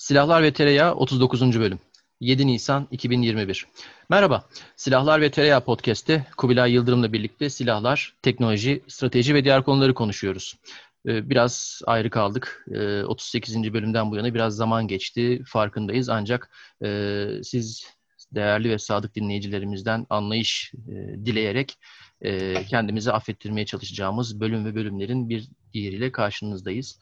Silahlar ve Tereyağı 39. bölüm. 7 Nisan 2021. Merhaba. Silahlar ve Tereyağı podcast'te Kubilay Yıldırım'la birlikte silahlar, teknoloji, strateji ve diğer konuları konuşuyoruz. Biraz ayrı kaldık. 38. bölümden bu yana biraz zaman geçti, farkındayız. Ancak siz değerli ve sadık dinleyicilerimizden anlayış dileyerek kendimizi affettirmeye çalışacağımız bölüm ve bölümlerin bir diğeriyle karşınızdayız.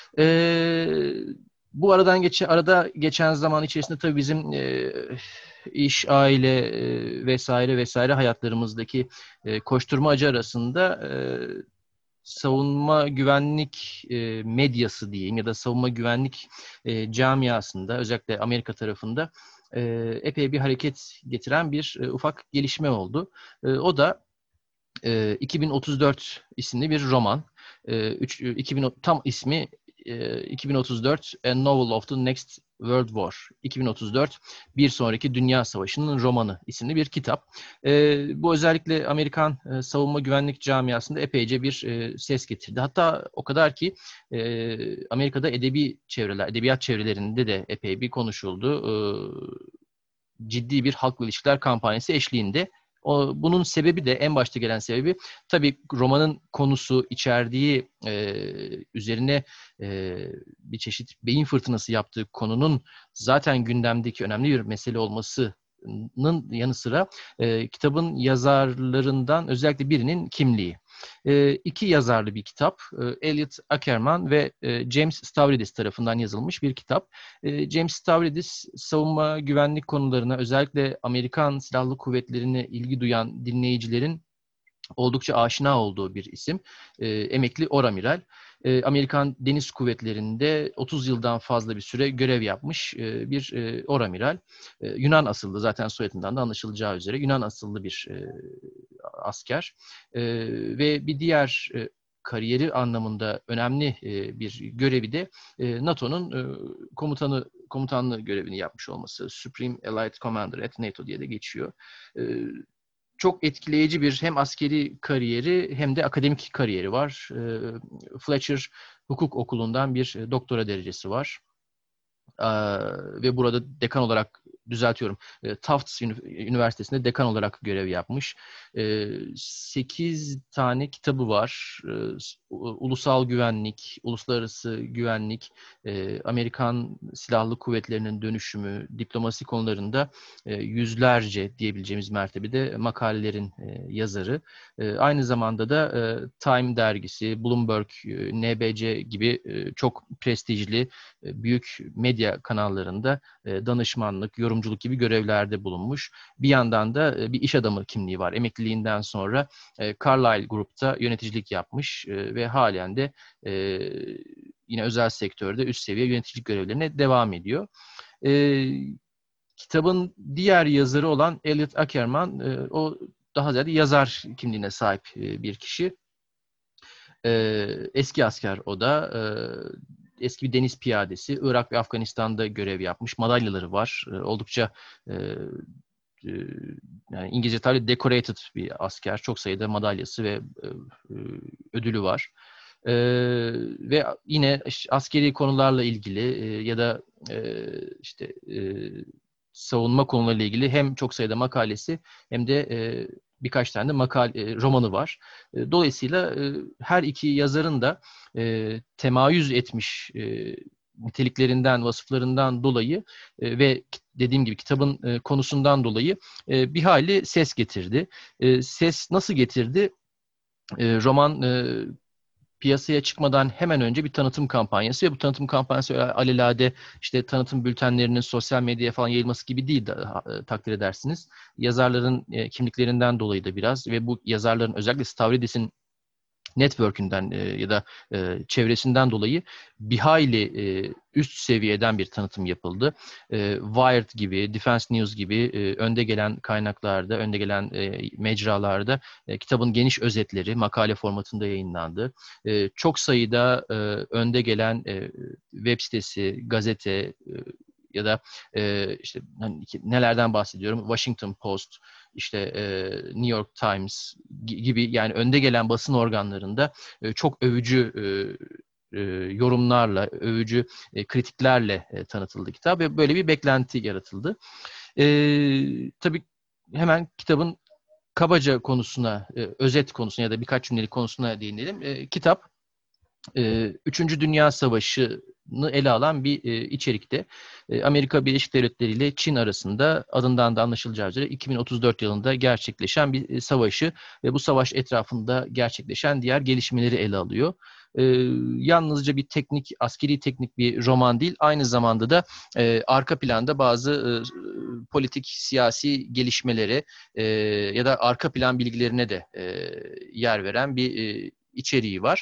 Bu arada geçen zaman içerisinde tabii bizim iş, aile vesaire vesaire hayatlarımızdaki koşturmaca arasında savunma güvenlik medyası diyeyim ya da savunma güvenlik camiasında özellikle Amerika tarafında epey bir hareket getiren bir ufak gelişme oldu. O da 2034 isimli bir roman. 2000, tam ismi 2034 A Novel of the Next World War. 2034 Bir Sonraki Dünya Savaşı'nın romanı isimli bir kitap. Bu özellikle Amerikan savunma güvenlik camiasında epeyce bir ses getirdi. Hatta o kadar ki Amerika'da edebiyat çevrelerinde de epey bir konuşuldu. Ciddi bir halkla ilişkiler kampanyası eşliğinde. Bunun sebebi de en başta gelen sebebi tabii romanın konusu içerdiği üzerine bir çeşit beyin fırtınası yaptığı konunun zaten gündemdeki önemli bir mesele olmasının yanı sıra kitabın yazarlarından özellikle birinin kimliği. İki yazarlı bir kitap. Elliot Ackerman ve James Stavridis tarafından yazılmış bir kitap. James Stavridis savunma güvenlik konularına özellikle Amerikan Silahlı Kuvvetleri'ne ilgi duyan dinleyicilerin oldukça aşina olduğu bir isim. Emekli oramiral. Amerikan Deniz Kuvvetleri'nde 30 yıldan fazla bir süre görev yapmış bir oramiral. Yunan asıllı, zaten soyadından da anlaşılacağı üzere Yunan asıllı bir asker. Ve bir diğer kariyeri anlamında önemli bir görevi de NATO'nun komutanlığı görevini yapmış olması. Supreme Allied Commander at NATO diye de geçiyor. Çok etkileyici bir hem askeri kariyeri hem de akademik kariyeri var. Fletcher Hukuk Okulu'ndan bir doktora derecesi var. Ve burada dekan olarak düzeltiyorum. Tufts Üniversitesi'nde dekan olarak görev yapmış. 8 tane kitabı var. Ulusal güvenlik, uluslararası güvenlik, Amerikan Silahlı Kuvvetleri'nin dönüşümü, diplomasi konularında yüzlerce diyebileceğimiz mertebede makalelerin yazarı. Aynı zamanda da Time dergisi, Bloomberg, NBC gibi çok prestijli büyük medya kanallarında danışmanlık, yorumculuk gibi görevlerde bulunmuş. Bir yandan da bir iş adamı kimliği var. Emekliliğinden sonra Carlyle Group'ta yöneticilik yapmış ve halen de yine özel sektörde üst seviye yöneticilik görevlerine devam ediyor. Kitabın diğer yazarı olan Elliot Ackerman, o daha ziyade yazar kimliğine sahip bir kişi. Eski asker o da. Eski bir deniz piyadesi. Irak ve Afganistan'da görev yapmış. Madalyaları var. Oldukça yani İngilizce tabiriyle decorated bir asker. Çok sayıda madalyası ve ödülü var. Ve yine askeri konularla ilgili ya da işte savunma konularıyla ilgili hem çok sayıda makalesi hem de birkaç tane de romanı var. Dolayısıyla her iki yazarın da temayüz etmiş niteliklerinden, vasıflarından dolayı ve dediğim gibi kitabın konusundan dolayı bir hayli ses getirdi. Ses nasıl getirdi? Roman piyasaya çıkmadan hemen önce bir tanıtım kampanyası ve bu tanıtım kampanyası alelade işte tanıtım bültenlerinin sosyal medyaya falan yayılması gibi değil de takdir edersiniz. Yazarların kimliklerinden dolayı da biraz ve bu yazarların özellikle Stavridis'in network'ünden ya da çevresinden dolayı bir hayli üst seviyeden bir tanıtım yapıldı. Wired gibi, Defense News gibi önde gelen kaynaklarda, önde gelen mecralarda kitabın geniş özetleri makale formatında yayınlandı. Çok sayıda önde gelen web sitesi, gazete ya da işte hani nelerden bahsediyorum? Washington Post, işte New York Times gibi yani önde gelen basın organlarında çok övücü yorumlarla, övücü kritiklerle tanıtıldı kitap ve böyle bir beklenti yaratıldı. Tabii hemen kitabın kabaca konusuna, özet konusuna ya da birkaç cümlelik konusuna değinelim. Kitap Üçüncü Dünya Savaşı'nı ele alan bir içerikte. Amerika Birleşik Devletleri ile Çin arasında adından da anlaşılacağı üzere 2034 yılında gerçekleşen bir savaşı ve bu savaş etrafında gerçekleşen diğer gelişmeleri ele alıyor. Yalnızca bir askeri teknik bir roman değil, aynı zamanda da arka planda bazı politik, siyasi gelişmeleri ya da arka plan bilgilerine de yer veren bir içeriği var.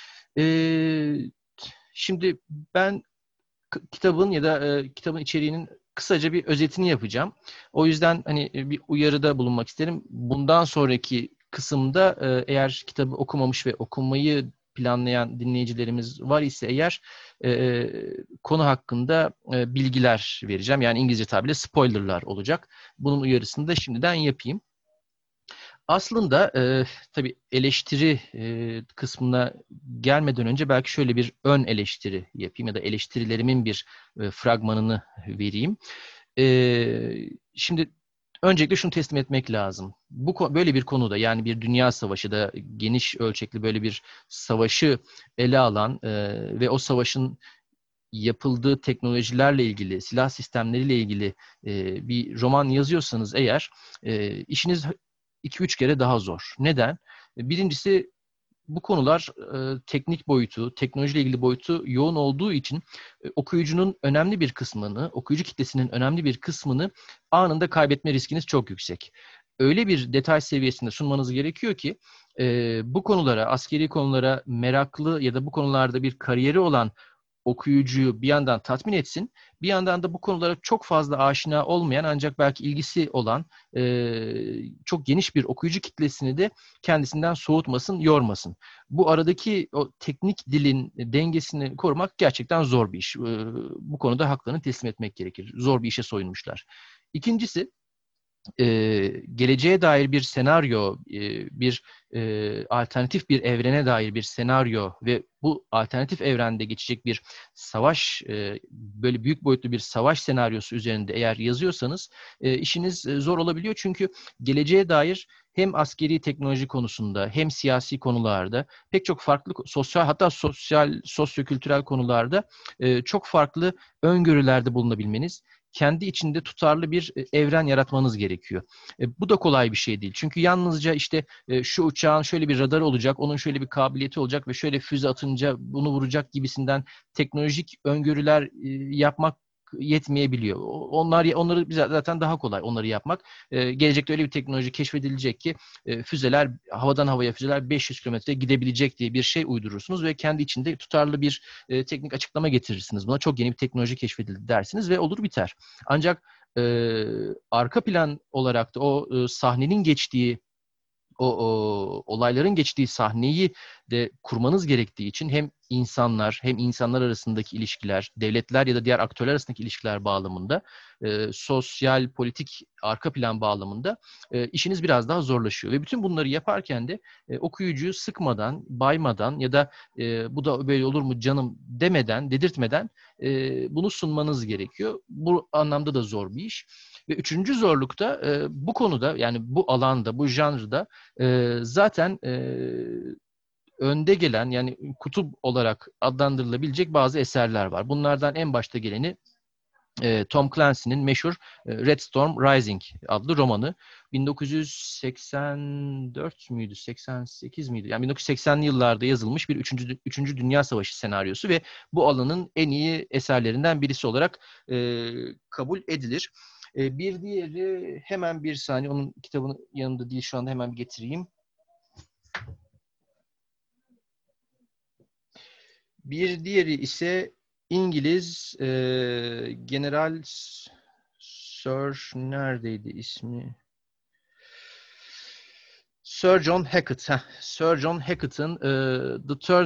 Şimdi ben kitabın ya da kitabın içeriğinin kısaca bir özetini yapacağım. O yüzden hani bir uyarıda bulunmak isterim. Bundan sonraki kısımda eğer kitabı okumamış ve okumayı planlayan dinleyicilerimiz var ise eğer konu hakkında bilgiler vereceğim. Yani İngilizce tabiriyle spoilerlar olacak. Bunun uyarısını da şimdiden yapayım. Aslında tabii eleştiri kısmına gelmeden önce belki şöyle bir ön eleştiri yapayım ya da eleştirilerimin bir fragmanını vereyim. Şimdi öncelikle şunu teslim etmek lazım. Böyle bir konuda yani bir dünya savaşı da geniş ölçekli böyle bir savaşı ele alan ve o savaşın yapıldığı teknolojilerle ilgili, silah sistemleriyle ilgili bir roman yazıyorsanız eğer işiniz 2-3 kere daha zor. Neden? Birincisi bu konular teknik boyutu, teknolojiyle ilgili boyutu yoğun olduğu için okuyucunun önemli bir kısmını, okuyucu kitlesinin önemli bir kısmını anında kaybetme riskiniz çok yüksek. Öyle bir detay seviyesinde sunmanız gerekiyor ki bu konulara, askeri konulara meraklı ya da bu konularda bir kariyeri olan okuyucuyu bir yandan tatmin etsin, bir yandan da bu konulara çok fazla aşina olmayan ancak belki ilgisi olan çok geniş bir okuyucu kitlesini de kendisinden soğutmasın, yormasın. Bu aradaki o teknik dilin dengesini korumak gerçekten zor bir iş. Bu konuda haklarını teslim etmek gerekir. Zor bir işe soyunmuşlar. İkincisi, geleceğe dair bir senaryo, bir alternatif bir evrene dair bir senaryo ve bu alternatif evrende geçecek bir savaş, böyle büyük boyutlu bir savaş senaryosu üzerinde eğer yazıyorsanız işiniz zor olabiliyor. Çünkü geleceğe dair hem askeri teknoloji konusunda hem siyasi konularda pek çok farklı hatta sosyokültürel konularda çok farklı öngörülerde bulunabilmeniz, kendi içinde tutarlı bir evren yaratmanız gerekiyor. Bu da kolay bir şey değil. Çünkü yalnızca işte şu uçağın şöyle bir radarı olacak, onun şöyle bir kabiliyeti olacak ve şöyle füze atınca bunu vuracak gibisinden teknolojik öngörüler yapmak yetmeyebiliyor. Onları zaten daha kolay onları yapmak. Gelecekte öyle bir teknoloji keşfedilecek ki füzeler havadan havaya füzeler 500 kilometre gidebilecek diye bir şey uydurursunuz ve kendi içinde tutarlı bir teknik açıklama getirirsiniz. Buna çok yeni bir teknoloji keşfedildi dersiniz ve olur biter. Ancak arka plan olarak da o sahnenin geçtiği olayların geçtiği sahneyi de kurmanız gerektiği için hem insanlar arasındaki ilişkiler, devletler ya da diğer aktörler arasındaki ilişkiler bağlamında, sosyal, politik arka plan bağlamında işiniz biraz daha zorlaşıyor. Ve bütün bunları yaparken de okuyucuyu sıkmadan, baymadan ya da bu da böyle olur mu canım demeden, dedirtmeden bunu sunmanız gerekiyor. Bu anlamda da zor bir iş. Ve üçüncü zorluk da bu konuda yani bu alanda, bu janrda zaten önde gelen yani kutup olarak adlandırılabilecek bazı eserler var. Bunlardan en başta geleni Tom Clancy'nin meşhur Red Storm Rising adlı romanı. 1984 müydü, 88 miydi? Yani 1980'li yıllarda yazılmış bir üçüncü Dünya Savaşı senaryosu ve bu alanın en iyi eserlerinden birisi olarak kabul edilir. Bir diğeri hemen bir saniye onun kitabının yanında değil şu anda hemen bir getireyim. Bir diğeri ise İngiliz General Sir neredeydi ismi? Sir John Hackett. Sir John Hackett'ın The Third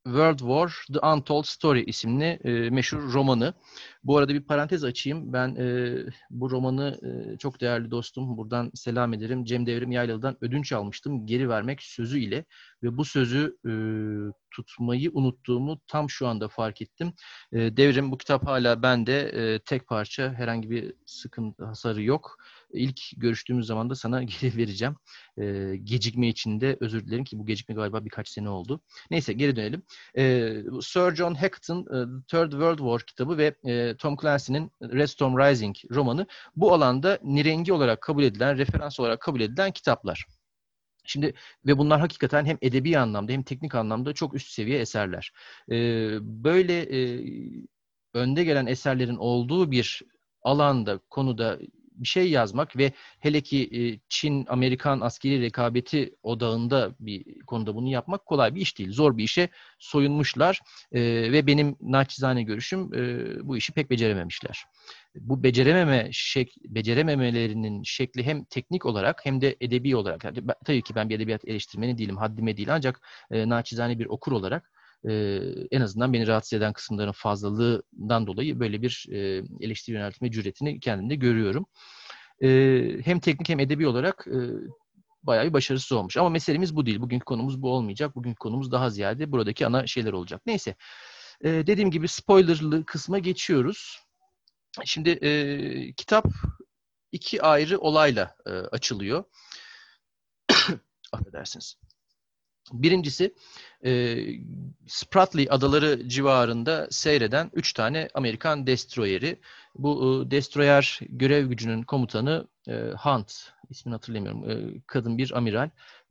World War: The Untold Story isimli meşhur romanı. Bu arada bir parantez açayım. Ben bu romanı çok değerli dostum, buradan selam ederim, Cem Devrim Yaylalı'dan ödünç almıştım. Geri vermek sözü ile ve bu sözü tutmayı unuttuğumu tam şu anda fark ettim. Devrim, bu kitap hala bende. Tek parça, herhangi bir sıkıntı, hasarı yok. İlk görüştüğümüz zaman da sana geri vereceğim. Gecikme için de özür dilerim ki bu gecikme galiba birkaç sene oldu. Neyse, geri dönelim. Sir John Hackett'ın Third World War kitabı ve Tom Clancy'nin Red Storm Rising romanı bu alanda nirengi olarak kabul edilen, referans olarak kabul edilen kitaplar. Şimdi ve bunlar hakikaten hem edebi anlamda hem teknik anlamda çok üst seviye eserler. Böyle önde gelen eserlerin olduğu bir alanda, konuda bir şey yazmak ve hele ki Çin-Amerikan askeri rekabeti odağında bir konuda bunu yapmak kolay bir iş değil. Zor bir işe soyunmuşlar ve benim naçizane görüşüm bu işi pek becerememişler. Bu becerememelerinin şekli hem teknik olarak hem de edebi olarak, yani tabii ki ben bir edebiyat eleştirmeni değilim, haddime değil, ancak naçizane bir okur olarak en azından beni rahatsız eden kısımların fazlalığından dolayı böyle bir eleştiri yöneltme cüretini kendimde görüyorum. Hem teknik hem edebi olarak bayağı bir başarısız olmuş. Ama meselemiz bu değil. Bugünkü konumuz bu olmayacak. Bugünkü konumuz daha ziyade buradaki ana şeyler olacak. Neyse. Dediğim gibi spoilerlı kısma geçiyoruz. Şimdi kitap iki ayrı olayla açılıyor. Affedersiniz. Birincisi Spratly adaları civarında seyreden 3 tane Amerikan destroyeri. Bu destroyer görev gücünün komutanı Hunt, ismini hatırlamıyorum, kadın bir amiral.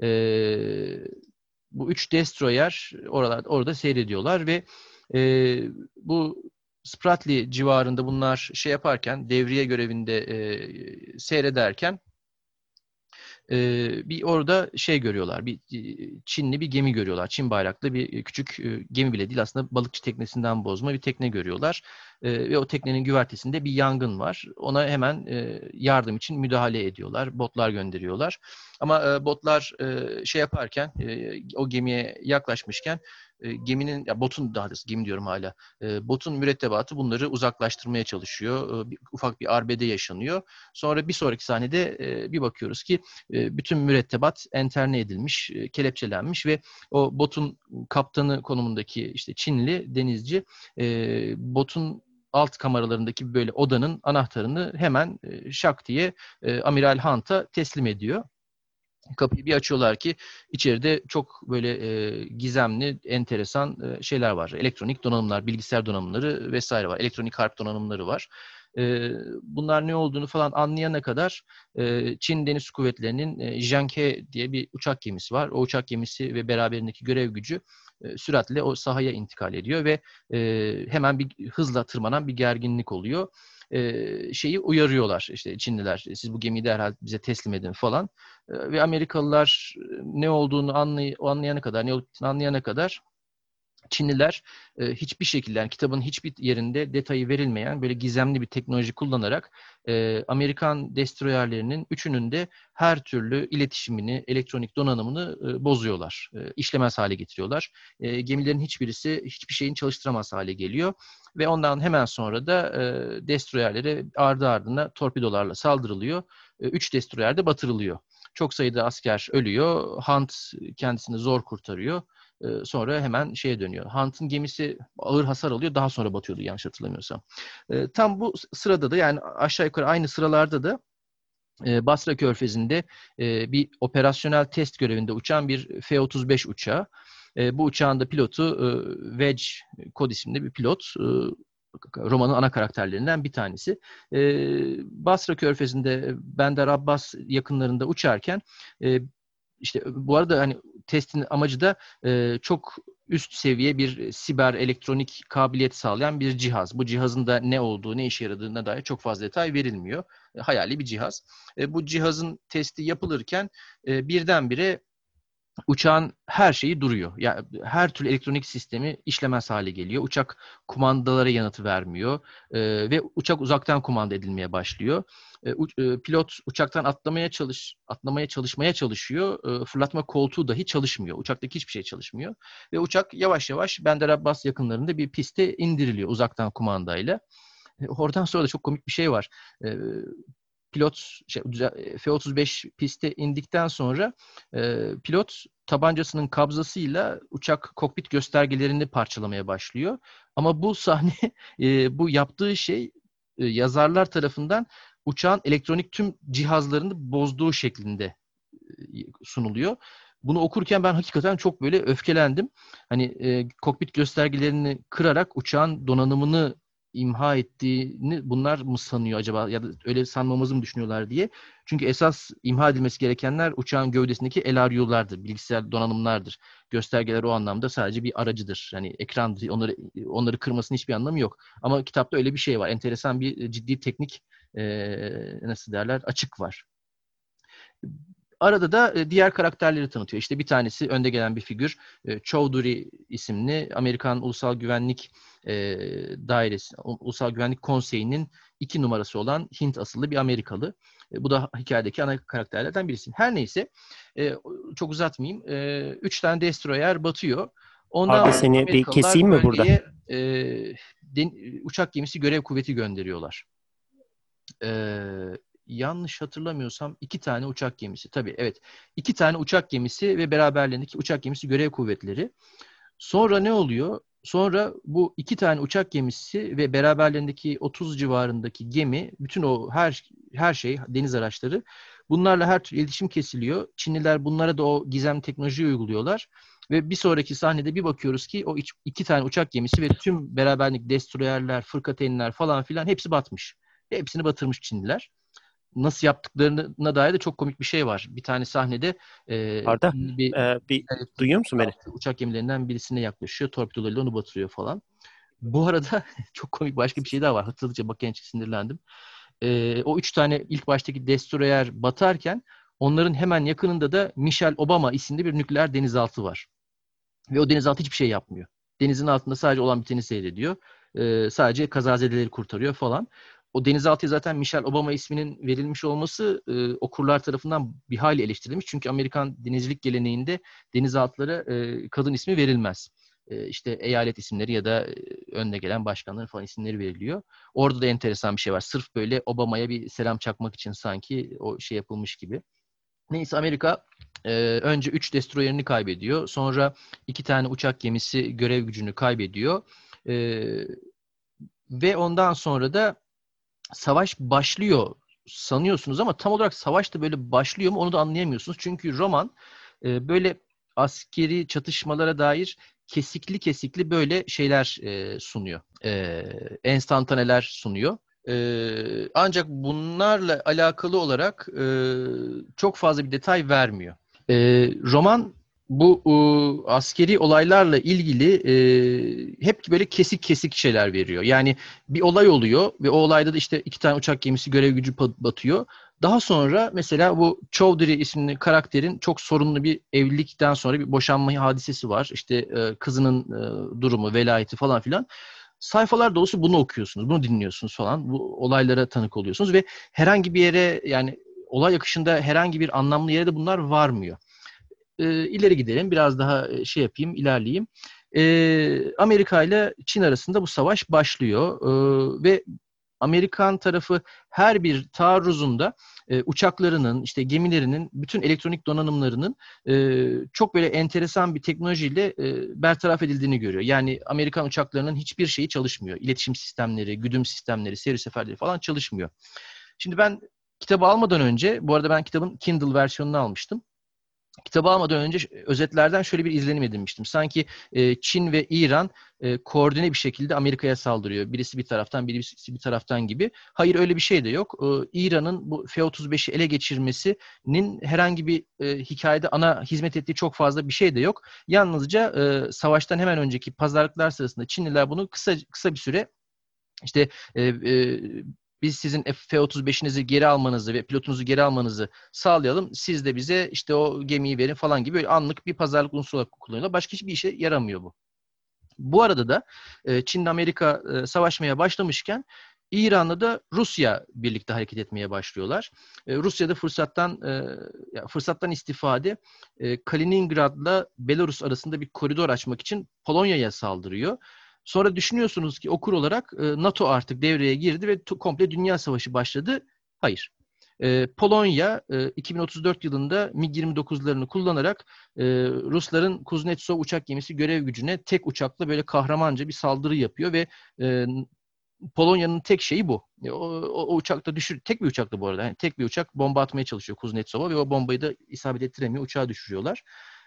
Bu 3 destroyer orada seyrediyorlar ve bu Spratly civarında bunlar şey yaparken, devriye görevinde seyrederken bir orada şey görüyorlar, bir Çinli bir gemi görüyorlar. Çin bayraklı bir küçük gemi bile değil, aslında balıkçı teknesinden bozma bir tekne görüyorlar. Ve o teknenin güvertesinde bir yangın var. Ona hemen yardım için müdahale ediyorlar. Botlar gönderiyorlar. Ama botlar şey yaparken, o gemiye yaklaşmışken geminin, ya botun, daha doğrusu gemi diyorum hala, botun mürettebatı bunları uzaklaştırmaya çalışıyor. Ufak bir arbede yaşanıyor. Sonra bir sonraki sahnede bir bakıyoruz ki bütün mürettebat enterne edilmiş, kelepçelenmiş ve o botun kaptanı konumundaki işte Çinli denizci botun alt kameralarındaki böyle odanın anahtarını hemen şak diye Amiral Hunt'a teslim ediyor. Kapıyı bir açıyorlar ki içeride çok böyle gizemli, enteresan şeyler var. Elektronik donanımlar, bilgisayar donanımları vesaire var. Elektronik harp donanımları var. Bunlar ne olduğunu falan anlayana kadar Çin Deniz Kuvvetleri'nin Jianghe diye bir uçak gemisi var. O uçak gemisi ve beraberindeki görev gücü süratle o sahaya intikal ediyor ve hemen bir hızla tırmanan bir gerginlik oluyor. Şeyi uyarıyorlar işte Çinliler, siz bu gemiyi derhal bize teslim edin falan. Ve Amerikalılar ne olduğunu anlayana kadar, ne olduğunu anlayana kadar Çinliler hiçbir şekilde, yani kitabın hiçbir yerinde detayı verilmeyen böyle gizemli bir teknoloji kullanarak Amerikan destroyerlerinin üçünün de her türlü iletişimini, elektronik donanımını bozuyorlar. İşlemez hale getiriyorlar. Gemilerin hiçbirisi hiçbir şeyin çalıştıramaz hale geliyor. Ve ondan hemen sonra da destroyerlere ardı ardına torpidolarla saldırılıyor. 3 destroyer de batırılıyor. Çok sayıda asker ölüyor. Hunt kendisini zor kurtarıyor. Sonra hemen şeye dönüyor. Hunt'ın gemisi ağır hasar alıyor. Daha sonra batıyordu yanlış hatırlamıyorsam. Tam bu sırada da, yani aşağı yukarı aynı sıralarda da Basra Körfezi'nde bir operasyonel test görevinde uçan bir F-35 uçağı. Bu uçağın da pilotu Wedge Kod isimli bir pilot. Romanın ana karakterlerinden bir tanesi. Basra Körfezi'nde Bandar Abbas yakınlarında uçarken işte bu arada hani testin amacı da çok üst seviye bir siber elektronik kabiliyet sağlayan bir cihaz. Bu cihazın da ne olduğu, ne işe yaradığına dair çok fazla detay verilmiyor. Hayali bir cihaz. Bu cihazın testi yapılırken birdenbire uçağın her şeyi duruyor. Yani her türlü elektronik sistemi işlemez hale geliyor. Uçak kumandalara yanıt vermiyor. Ve uçak uzaktan kumanda edilmeye başlıyor. Pilot uçaktan atlamaya çalışmaya çalışıyor. Fırlatma koltuğu dahi çalışmıyor. Uçaktaki hiçbir şey çalışmıyor. Ve uçak yavaş yavaş Bandar Abbas yakınlarında bir piste indiriliyor uzaktan kumandayla. Oradan sonra da çok komik bir şey var. E, Pilot F-35 piste indikten sonra pilot tabancasının kabzasıyla uçak kokpit göstergelerini parçalamaya başlıyor. Ama bu sahne, bu yaptığı şey yazarlar tarafından uçağın elektronik tüm cihazlarını bozduğu şeklinde sunuluyor. Bunu okurken ben hakikaten çok böyle öfkelendim. Hani kokpit göstergelerini kırarak uçağın donanımını imha ettiğini bunlar mı sanıyor acaba, ya da öyle sanmamızı mı düşünüyorlar diye. Çünkü esas imha edilmesi gerekenler uçağın gövdesindeki LRU'lardır, bilgisayar donanımlardır. Göstergeler o anlamda sadece bir aracıdır. Yani ekrandır. Onları kırmasının hiçbir anlamı yok. Ama kitapta öyle bir şey var. Enteresan bir ciddi teknik nasıl derler, açık var. Arada da diğer karakterleri tanıtıyor. İşte bir tanesi önde gelen bir figür. Chowdhury isimli Amerikan Ulusal Güvenlik Dairesi, Ulusal Güvenlik Konseyi'nin 2 numarası olan Hint asıllı bir Amerikalı. Bu da hikayedeki ana karakterlerden birisi. Her neyse, çok uzatmayayım. 3 tane destroyer batıyor. Ondan Arda, sonra seni bir Amerikalılar keseyim mi burada? bölgeye uçak gemisi görev kuvveti gönderiyorlar. Yanlış hatırlamıyorsam 2 tane uçak gemisi. Tabii evet. 2 tane uçak gemisi ve beraberlerindeki uçak gemisi görev kuvvetleri. Sonra ne oluyor? Sonra bu 2 tane uçak gemisi ve beraberlerindeki 30 civarındaki gemi, bütün o her şey, deniz araçları, bunlarla her türlü iletişim kesiliyor. Çinliler bunlara da o gizem teknolojiyi uyguluyorlar. Ve bir sonraki sahnede bir bakıyoruz ki o 2 tane uçak gemisi ve tüm beraberlik destroyerler, fırkateynler falan filan hepsi batmış. Hepsini batırmış Çinliler. Nasıl yaptıklarına dair de çok komik bir şey var. Bir tane sahnede Arda, Çinli bir bir duyuyor musun beni? uçak gemilerinden birisine yaklaşıyor. Torpidolarıyla onu batırıyor falan. Bu arada çok komik başka bir şey daha var. Hatırladıkça bak genç sinirlendim. O 3 tane ilk baştaki destroyer batarken onların hemen yakınında da Michelle Obama isimli bir nükleer denizaltı var. Ve o denizaltı hiçbir şey yapmıyor. Denizin altında sadece olan biteni seyrediyor. Sadece kazazedeleri kurtarıyor falan. O denizaltıya zaten Michelle Obama isminin verilmiş olması okurlar tarafından bir hayli eleştirilmiş. Çünkü Amerikan denizcilik geleneğinde denizaltılara kadın ismi verilmez. İşte eyalet isimleri ya da önde gelen başkanların falan isimleri veriliyor. Orada da enteresan bir şey var. Sırf böyle Obama'ya bir selam çakmak için sanki o şey yapılmış gibi. Neyse Amerika önce 3 destroyerini kaybediyor. Sonra 2 tane uçak gemisi görev gücünü kaybediyor. E, Ve ondan sonra da savaş başlıyor sanıyorsunuz ama tam olarak savaş da böyle başlıyor mu onu da anlayamıyorsunuz. Çünkü roman böyle askeri çatışmalara dair kesikli kesikli böyle şeyler sunuyor. Enstantaneler sunuyor. Ancak bunlarla alakalı olarak çok fazla bir detay vermiyor. Roman bu askeri olaylarla ilgili hep böyle kesik kesik şeyler veriyor. Yani bir olay oluyor ve o olayda da işte 2 tane uçak gemisi görev gücü batıyor. Daha sonra mesela bu Chowdhury isimli karakterin çok sorunlu bir evlilikten sonra bir boşanma hadisesi var. İşte kızının durumu, velayeti falan filan. Sayfalar dolusu bunu okuyorsunuz, bunu dinliyorsunuz falan. Bu olaylara tanık oluyorsunuz ve herhangi bir yere, yani olay akışında herhangi bir anlamlı yere de bunlar varmıyor. İleri gidelim, biraz daha şey yapayım, ilerleyeyim. Amerika ile Çin arasında bu savaş başlıyor ve Amerikan tarafı her bir taarruzunda uçaklarının, işte gemilerinin, bütün elektronik donanımlarının çok böyle enteresan bir teknolojiyle bertaraf edildiğini görüyor. Yani Amerikan uçaklarının hiçbir şeyi çalışmıyor. İletişim sistemleri, güdüm sistemleri, seyir seferleri falan çalışmıyor. Şimdi ben kitabı almadan önce, bu arada ben kitabın Kindle versiyonunu almıştım. Kitabı almadan önce özetlerden şöyle bir izlenim edinmiştim. Sanki Çin ve İran koordine bir şekilde Amerika'ya saldırıyor. Birisi bir taraftan, birisi bir taraftan gibi. Hayır, öyle bir şey de yok. İran'ın bu F-35'i ele geçirmesinin herhangi bir hikayede ana hizmet ettiği çok fazla bir şey de yok. Yalnızca savaştan hemen önceki pazarlıklar sırasında Çinliler bunu kısa bir süre işte Biz sizin F-35'inizi geri almanızı ve pilotunuzu geri almanızı sağlayalım. Siz de bize işte o gemiyi verin falan gibi böyle anlık bir pazarlık unsuru olarak kullanıyorlar. Başka hiçbir işe yaramıyor bu. Bu arada da Çin'le Amerika savaşmaya başlamışken İran'la da Rusya birlikte hareket etmeye başlıyorlar. Rusya'da fırsattan istifade Kaliningrad'la Belarus arasında bir koridor açmak için Polonya'ya saldırıyor. Sonra düşünüyorsunuz ki okur olarak NATO artık devreye girdi ve komple dünya savaşı başladı. Hayır. Polonya 2034 yılında MiG-29'larını kullanarak Rusların Kuznetsov uçak gemisi görev gücüne tek uçakla böyle kahramanca bir saldırı yapıyor ve Polonya'nın tek şeyi bu. O uçakta tek bir uçakta bu arada. Yani tek bir uçak bomba atmaya çalışıyor Kuznetsov'a ve o bombayı da isabet ettiremiyor. Uçağı düşürüyorlar.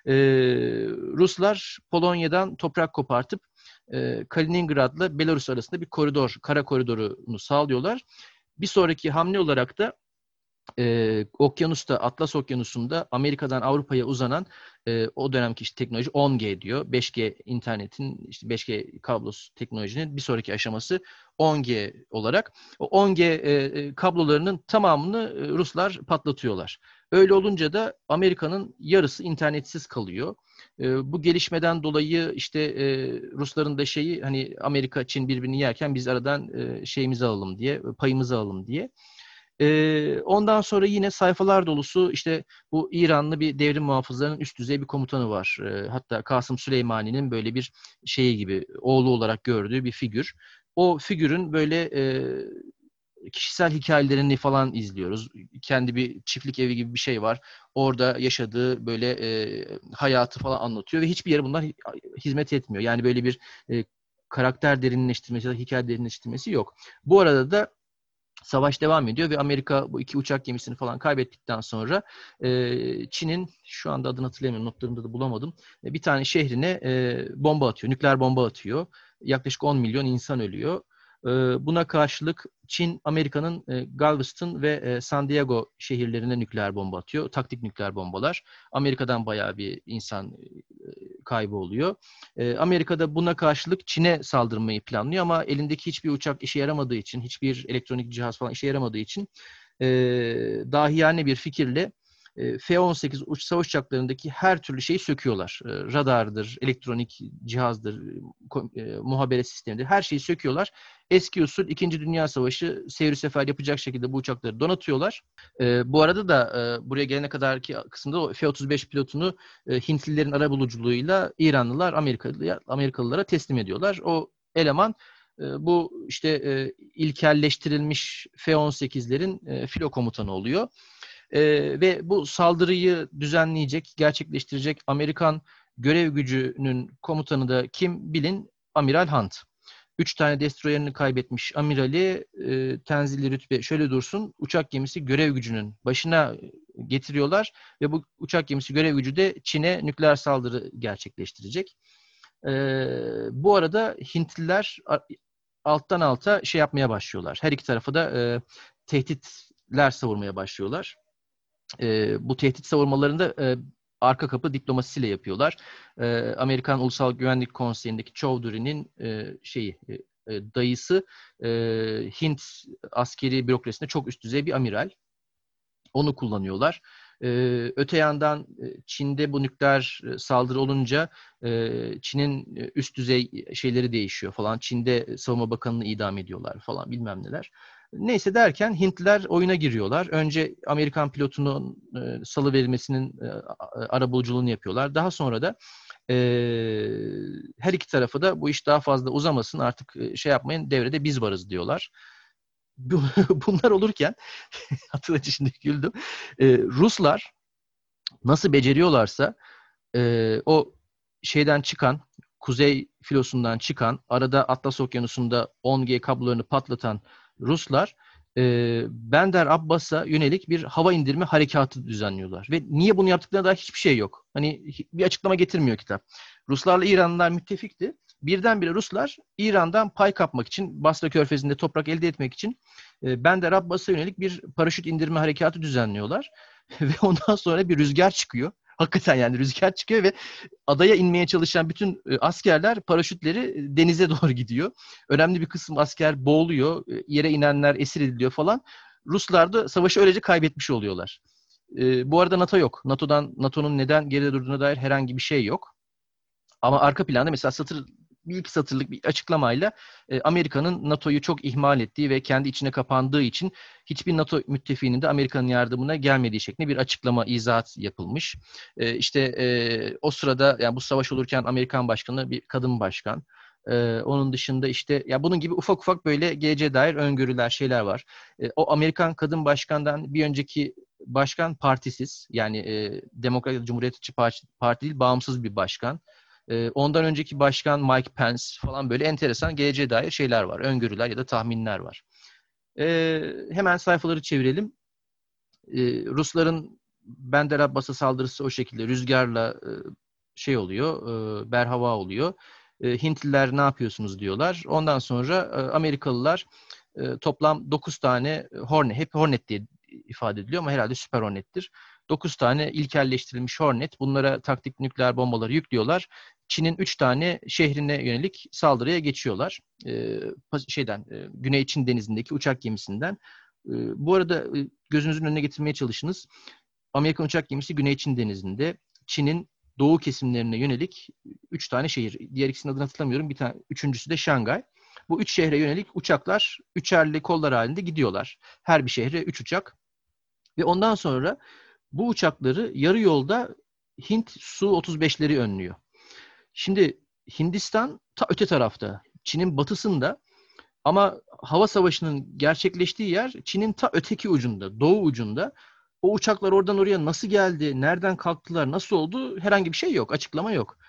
Ruslar Polonya'dan toprak kopartıp Kaliningrad'la Belarus arasında bir koridor, kara koridorunu sağlıyorlar. Bir sonraki hamle olarak da Okyanus'ta, Atlas Okyanusu'nda Amerika'dan Avrupa'ya uzanan o dönemki işte teknoloji 10G diyor. 5G internetin, işte 5G kablosu teknolojinin bir sonraki aşaması 10G olarak. O 10G kablolarının tamamını Ruslar patlatıyorlar. Öyle olunca da Amerika'nın yarısı internetsiz kalıyor. Bu gelişmeden dolayı işte Rusların da hani Amerika, Çin birbirini yerken biz aradan şeyimizi alalım diye, payımızı alalım diye. Ondan sonra yine sayfalar dolusu işte bu İranlı bir devrim muhafızlarının üst düzey bir komutanı var. Hatta Kasım Süleymani'nin böyle bir şeyi gibi oğlu olarak gördüğü bir figür. O figürün böyle kişisel hikayelerini falan izliyoruz. Kendi bir çiftlik evi gibi bir şey var. Orada yaşadığı böyle hayatı falan anlatıyor ve hiçbir yere bunlar hizmet etmiyor. Yani böyle bir karakter derinleştirmesi ya da hikaye derinleştirmesi yok. Bu arada da savaş devam ediyor ve Amerika bu iki uçak gemisini falan kaybettikten sonra Çin'in, şu anda adını hatırlayamıyorum, notlarımda da bulamadım, bir tane şehrine bomba atıyor, nükleer bomba atıyor. Yaklaşık 10 milyon insan ölüyor. Buna karşılık Çin, Amerika'nın Galveston ve San Diego şehirlerine nükleer bomba atıyor. Taktik nükleer bombalar. Amerika'dan bayağı bir insan kaybı oluyor. Amerika'da buna karşılık Çin'e saldırmayı planlıyor ama elindeki hiçbir uçak işe yaramadığı için, hiçbir elektronik cihaz falan işe yaramadığı için dahiyane bir fikirle F-18 savaş uçaklarındaki her türlü şeyi söküyorlar. Radardır, elektronik cihazdır, muhabere sistemidir. Her şeyi söküyorlar. Eski usul 2. Dünya Savaşı seyir sefer yapacak şekilde bu uçakları donatıyorlar. Bu arada da buraya gelene kadarki kısımda o F-35 pilotunu Hintlilerin arabuluculuğuyla İranlılar Amerikalılara teslim ediyorlar. O eleman bu işte ilkelleştirilmiş F-18'lerin filo komutanı oluyor. Ve bu saldırıyı düzenleyecek, gerçekleştirecek Amerikan görev gücünün komutanı da kim bilin? Amiral Hunt. 3 tane destroyerini kaybetmiş amirali tenzilli rütbe şöyle dursun, uçak gemisi görev gücünün başına getiriyorlar ve bu uçak gemisi görev gücü de Çin'e nükleer saldırı gerçekleştirecek. Bu arada Hintliler alttan alta şey yapmaya başlıyorlar. Her iki tarafa da tehditler savurmaya başlıyorlar. Bu tehdit savurmalarında arka kapı diplomasisiyle yapıyorlar. Amerikan Ulusal Güvenlik Konseyi'ndeki Chowdhury'nin dayısı Hint askeri bürokrasisinde çok üst düzey bir amiral. Onu kullanıyorlar. Öte yandan Çin'de bu nükleer saldırı olunca Çin'in üst düzey şeyleri değişiyor falan. Çin'de Savunma Bakanı'nı idam ediyorlar falan bilmem neler. Neyse derken Hintliler oyuna giriyorlar. Önce Amerikan pilotunun salıverilmesinin arabuluculuğunu yapıyorlar. Daha sonra da her iki tarafı da bu iş daha fazla uzamasın artık şey yapmayın devrede biz varız diyorlar. Bunlar olurken hatırlayınca şimdi güldüm. Ruslar nasıl beceriyorlarsa o şeyden çıkan, kuzey filosundan çıkan, arada Atlas Okyanusu'nda 10G kablolarını patlatan Ruslar Bender Abbas'a yönelik bir hava indirme harekatı düzenliyorlar. Ve niye bunu yaptıklarına dair hiçbir şey yok. Hani bir açıklama getirmiyor kitap. Ruslarla İranlılar müttefikti. Birdenbire Ruslar İran'dan pay kapmak için, Basra Körfezi'nde toprak elde etmek için Bender Abbas'a yönelik bir paraşüt indirme harekatı düzenliyorlar. Ve ondan sonra bir rüzgar çıkıyor. Hakikaten yani rüzgar çıkıyor ve adaya inmeye çalışan bütün askerler paraşütleri denize doğru gidiyor. Önemli bir kısım asker boğuluyor. Yere inenler esir ediliyor falan. Ruslar da savaşı öylece kaybetmiş oluyorlar. Bu arada NATO yok. NATO'nun neden geride durduğuna dair herhangi bir şey yok. Ama arka planda mesela bir iki satırlık bir açıklamayla Amerika'nın NATO'yu çok ihmal ettiği ve kendi içine kapandığı için hiçbir NATO müttefiğinin de Amerika'nın yardımına gelmediği şeklinde bir açıklama, izahat yapılmış. O sırada yani bu savaş olurken Amerikan başkanı bir kadın başkan. Onun dışında işte ya bunun gibi ufak ufak böyle geleceğe dair öngörüler, şeyler var. O Amerikan kadın başkandan bir önceki başkan partisiz, yani Demokrat Cumhuriyetçi Parti değil, bağımsız bir başkan. Ondan önceki başkan Mike Pence falan, böyle enteresan geleceğe dair şeyler var. Öngörüler ya da tahminler var. Hemen sayfaları çevirelim. Rusların Bender Abbas'a saldırısı o şekilde rüzgarla şey oluyor, berhava oluyor. Hintliler ne yapıyorsunuz diyorlar. Ondan sonra Amerikalılar toplam 9 tane Hornet, hep Hornet diye ifade ediliyor ama herhalde Süper Hornet'tir. 9 tane ilkelleştirilmiş Hornet. Bunlara taktik nükleer bombaları yüklüyorlar. Çin'in 3 tane şehrine yönelik saldırıya geçiyorlar. Güney Çin denizindeki uçak gemisinden. Bu arada gözünüzün önüne getirmeye çalışınız. Amerikan uçak gemisi Güney Çin denizinde. Çin'in doğu kesimlerine yönelik 3 tane şehir. Diğer ikisinin adını hatırlamıyorum. Üçüncüsü de Şangay. Bu 3 şehre yönelik uçaklar üçerli kollar halinde gidiyorlar. Her bir şehre 3 uçak. Ve ondan sonra bu uçakları yarı yolda Hint Su-35'leri önlüyor. Şimdi Hindistan ta öte tarafta, Çin'in batısında, ama hava savaşının gerçekleştiği yer Çin'in ta öteki ucunda, doğu ucunda. O uçaklar oradan oraya nasıl geldi, nereden kalktılar, nasıl oldu, herhangi bir şey yok, açıklama yok.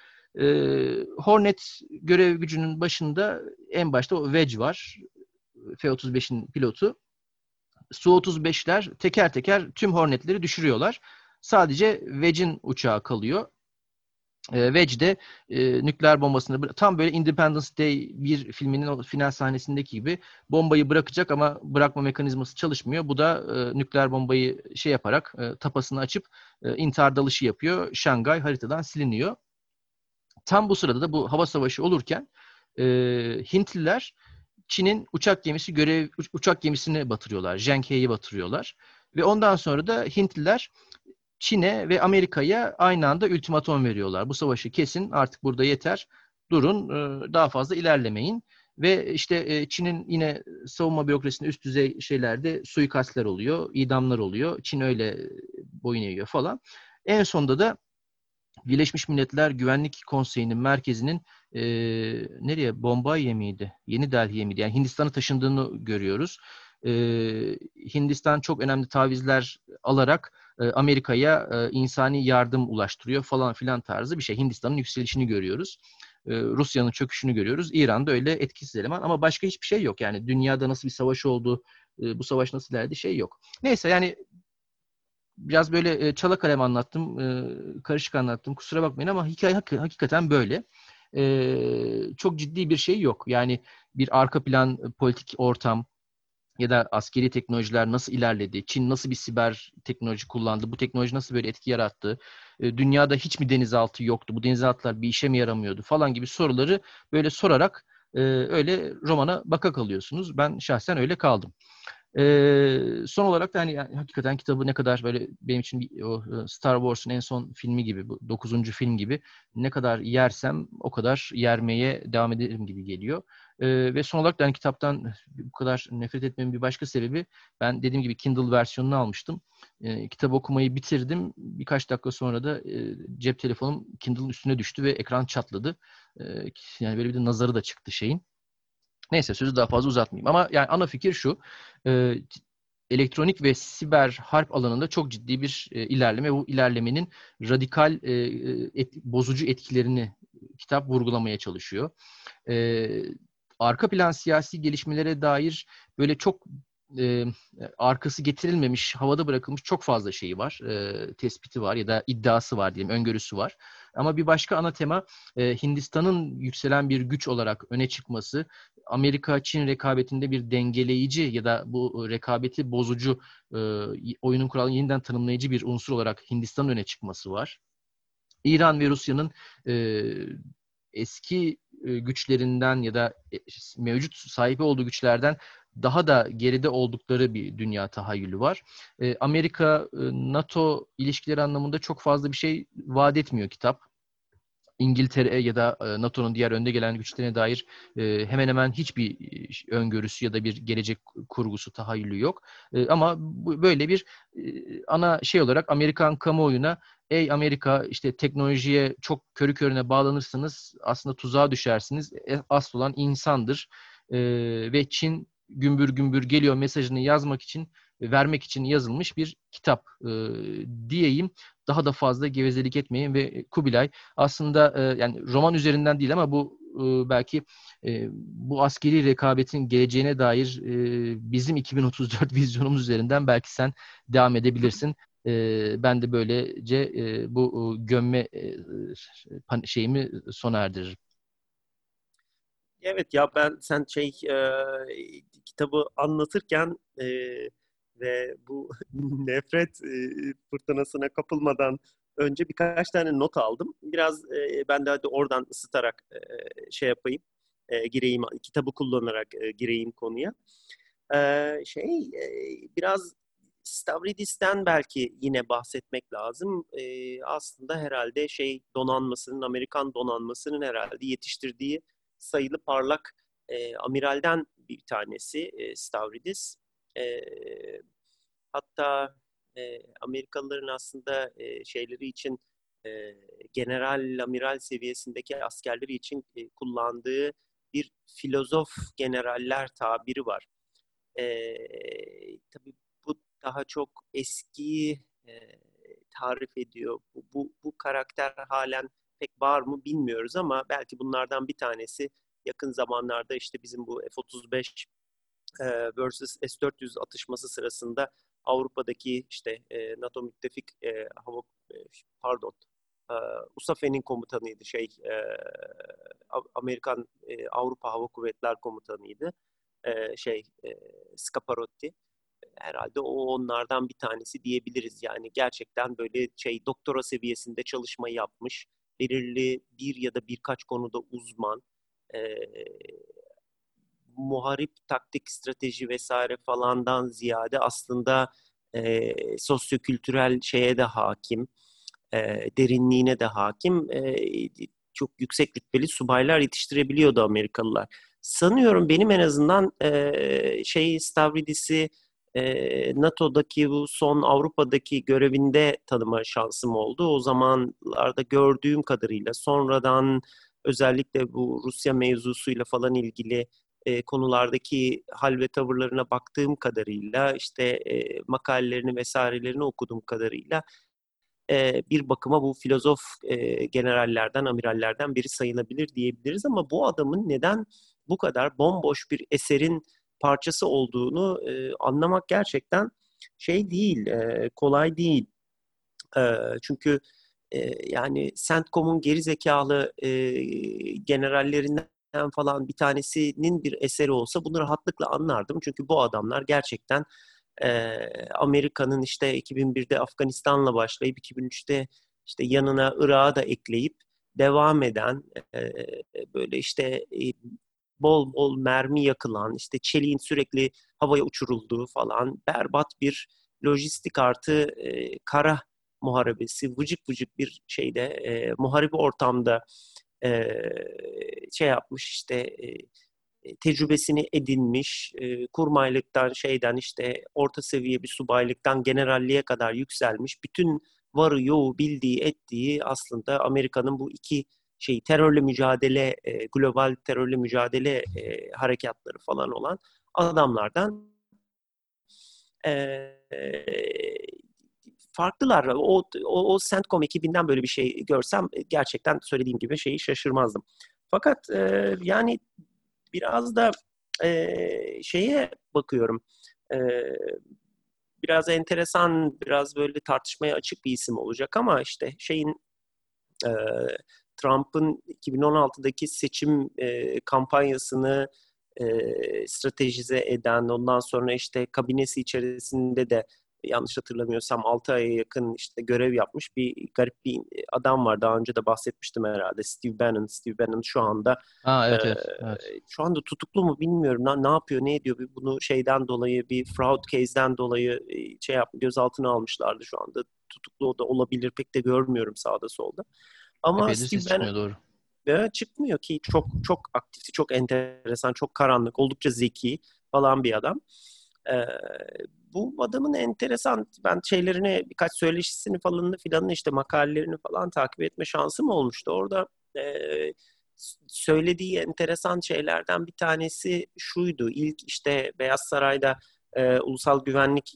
Hornet görev gücünün başında en başta o Wedge var, F-35'in pilotu. Su-35'ler teker teker tüm Hornet'leri düşürüyorlar. Sadece Wedge'in uçağı kalıyor. Wedge de nükleer bombasını tam böyle Independence Day bir filminin o final sahnesindeki gibi bombayı bırakacak ama bırakma mekanizması çalışmıyor. Bu da nükleer bombayı şey yaparak tapasını açıp intihar dalışı yapıyor. Şangay haritadan siliniyor. Tam bu sırada da bu hava savaşı olurken Hintliler Çin'in uçak gemisini batırıyorlar. Zhenghe'yi batırıyorlar. Ve ondan sonra da Hintliler Çin'e ve Amerika'ya aynı anda ultimatom veriyorlar. Bu savaşı kesin, artık burada yeter. Durun, daha fazla ilerlemeyin. Ve işte Çin'in yine savunma bürokrasisinde üst düzey şeylerde suikastler oluyor, idamlar oluyor. Çin öyle boyun eğiyor falan. En sonunda da Birleşmiş Milletler Güvenlik Konseyi'nin merkezinin nereye? Bombay'e miydi? Yeni Delhi'ye miydi? Yani Hindistan'a taşındığını görüyoruz. Hindistan çok önemli tavizler alarak Amerika'ya insani yardım ulaştırıyor falan filan tarzı bir şey. Hindistan'ın yükselişini görüyoruz. Rusya'nın çöküşünü görüyoruz. İran'da öyle etkisiz eleman, ama başka hiçbir şey yok. Yani dünyada nasıl bir savaş oldu, bu savaş nasıl ilerledi, şey yok. Neyse, yani biraz böyle çala kalem anlattım, karışık anlattım. Kusura bakmayın ama hikaye hakikaten böyle. Çok ciddi bir şey yok. Yani bir arka plan, politik ortam ya da askeri teknolojiler nasıl ilerledi? Çin nasıl bir siber teknoloji kullandı? Bu teknoloji nasıl böyle etki yarattı? Dünyada hiç mi denizaltı yoktu? Bu denizaltılar bir işe mi yaramıyordu? Falan gibi soruları böyle sorarak öyle romana baka kalıyorsunuz. Ben şahsen öyle kaldım. Son olarak da hani yani hakikaten kitabı ne kadar böyle benim için Star Wars'un en son filmi gibi, bu 9. film gibi, ne kadar yersem o kadar yermeye devam ederim gibi geliyor. Ve son olarak da hani kitaptan bu kadar nefret etmemin bir başka sebebi, ben dediğim gibi Kindle versiyonunu almıştım. Kitabı okumayı bitirdim. Birkaç dakika sonra da cep telefonum Kindle'ın üstüne düştü ve ekran çatladı. Yani böyle bir de nazarı da çıktı şeyin. Neyse, sözü daha fazla uzatmayayım. Ama yani ana fikir şu. E, Elektronik ve siber harp alanında çok ciddi bir ilerleme. Bu ilerlemenin radikal bozucu etkilerini kitap vurgulamaya çalışıyor. E, Arka plan siyasi gelişmelere dair böyle çok e, arkası getirilmemiş, havada bırakılmış çok fazla şeyi var. Tespiti var ya da iddiası var diyelim, öngörüsü var. Ama bir başka ana tema, Hindistan'ın yükselen bir güç olarak öne çıkması, Amerika-Çin rekabetinde bir dengeleyici ya da bu rekabeti bozucu, oyunun kuralını yeniden tanımlayıcı bir unsur olarak Hindistan'ın öne çıkması var. İran ve Rusya'nın eski güçlerinden ya da mevcut sahip olduğu güçlerden daha da geride oldukları bir dünya tahayyülü var. Amerika-NATO ilişkileri anlamında çok fazla bir şey vaat etmiyor kitap. İngiltere ya da NATO'nun diğer önde gelen güçlerine dair hemen hemen hiçbir öngörüsü ya da bir gelecek kurgusu, tahayyülü yok. Ama böyle bir ana şey olarak Amerikan kamuoyuna, ey Amerika, işte teknolojiye çok körü körüne bağlanırsanız aslında tuzağa düşersiniz. Asıl olan insandır. Ve Çin gümbür gümbür geliyor mesajını yazmak için, vermek için yazılmış bir kitap diyeyim. Daha da fazla gevezelik etmeyin ve Kubilay aslında yani roman üzerinden değil ama bu belki bu askeri rekabetin geleceğine dair bizim 2034 vizyonumuz üzerinden belki sen devam edebilirsin. Ben de böylece bu gömme şeyimi sona erdiririm. Evet ya sen kitabı anlatırken ve bu nefret fırtınasına kapılmadan önce birkaç tane not aldım. Biraz ben de hadi oradan ısıtarak şey yapayım, gireyim, kitabı kullanarak gireyim konuya. Biraz Stavridis'ten belki yine bahsetmek lazım. Aslında herhalde donanmasının, Amerikan donanmasının herhalde yetiştirdiği sayılı parlak amiralden bir tanesi Stavridis. E, Hatta Amerikalıların aslında şeyleri için general, amiral seviyesindeki askerleri için kullandığı bir filozof generaller tabiri var. Tabii bu daha çok eskiyi tarif ediyor. Bu karakter halen pek var mı bilmiyoruz ama belki bunlardan bir tanesi yakın zamanlarda işte bizim bu F-35 versus S-400 atışması sırasında Avrupa'daki işte NATO müttefik e, pardon e, USAFE'nin komutanıydı Amerikan Avrupa Hava Kuvvetler Komutanıydı Scaparotti. Herhalde o onlardan bir tanesi diyebiliriz. Yani gerçekten böyle doktora seviyesinde çalışma yapmış, belirli bir ya da birkaç konuda uzman, e, muharip taktik, strateji vesaire falandan ziyade aslında sosyokültürel şeye de hakim, derinliğine de hakim, çok yüksek rütbeli subaylar yetiştirebiliyordu Amerikalılar. Sanıyorum benim en azından Stavridis'i NATO'daki bu son Avrupa'daki görevinde tanıma şansım oldu. O zamanlarda gördüğüm kadarıyla sonradan özellikle bu Rusya mevzusuyla falan ilgili konulardaki hal ve tavırlarına baktığım kadarıyla işte makalelerini vesairelerini okuduğum kadarıyla bir bakıma bu filozof generallerden, amirallerden biri sayılabilir diyebiliriz ama bu adamın neden bu kadar bomboş bir eserin parçası olduğunu anlamak gerçekten değil, kolay değil. Çünkü yani CENTCOM'un geri zekalı generallerinden falan bir tanesinin bir eseri olsa bunu rahatlıkla anlardım. Çünkü bu adamlar gerçekten Amerika'nın işte 2001'de Afganistan'la başlayıp 2003'te işte yanına Irak'ı da ekleyip devam eden böyle işte bol bol mermi yakılan, işte çeliğin sürekli havaya uçurulduğu falan berbat bir lojistik artı kara muharebesi, vıcık vıcık bir muharebe ortamda yapmış işte tecrübesini edinmiş, kurmaylıktan işte orta seviye bir subaylıktan generalliğe kadar yükselmiş, bütün varı yoğu bildiği ettiği aslında Amerika'nın bu iki terörle mücadele, global terörle mücadele harekatları falan olan adamlardan e, farklılar. O CENTCOM ekibinden böyle bir şey görsem gerçekten söylediğim gibi şaşırmazdım. Fakat yani biraz da şeye bakıyorum. E, Biraz enteresan, biraz böyle tartışmaya açık bir isim olacak ama işte e, Trump'ın 2016'daki seçim kampanyasını stratejize eden, ondan sonra işte kabinesi içerisinde de yanlış hatırlamıyorsam 6 aya yakın işte görev yapmış bir garip bir adam var. Daha önce de bahsetmiştim herhalde. Steve Bannon. Steve Bannon şu anda Ha, e, evet, evet, evet. şu anda tutuklu mu bilmiyorum. Ne yapıyor, ne ediyor? Bunu şeyden dolayı, bir fraud case'den dolayı gözaltına almışlardı şu anda. Tutuklu o da olabilir. Pek de görmüyorum sağda solda. Ama Epeydir Steve ses Bannon çıkmıyor, doğru. çıkmıyor ki, çok çok aktif, çok enteresan, çok karanlık, oldukça zeki falan bir adam. Ee, Bu adamın enteresan, ben şeylerini, birkaç söyleşisini falan filanını, işte makalelerini falan takip etme şansım olmuştu. Orada e, söylediği enteresan şeylerden bir tanesi şuydu. İlk işte Beyaz Saray'da ulusal güvenlik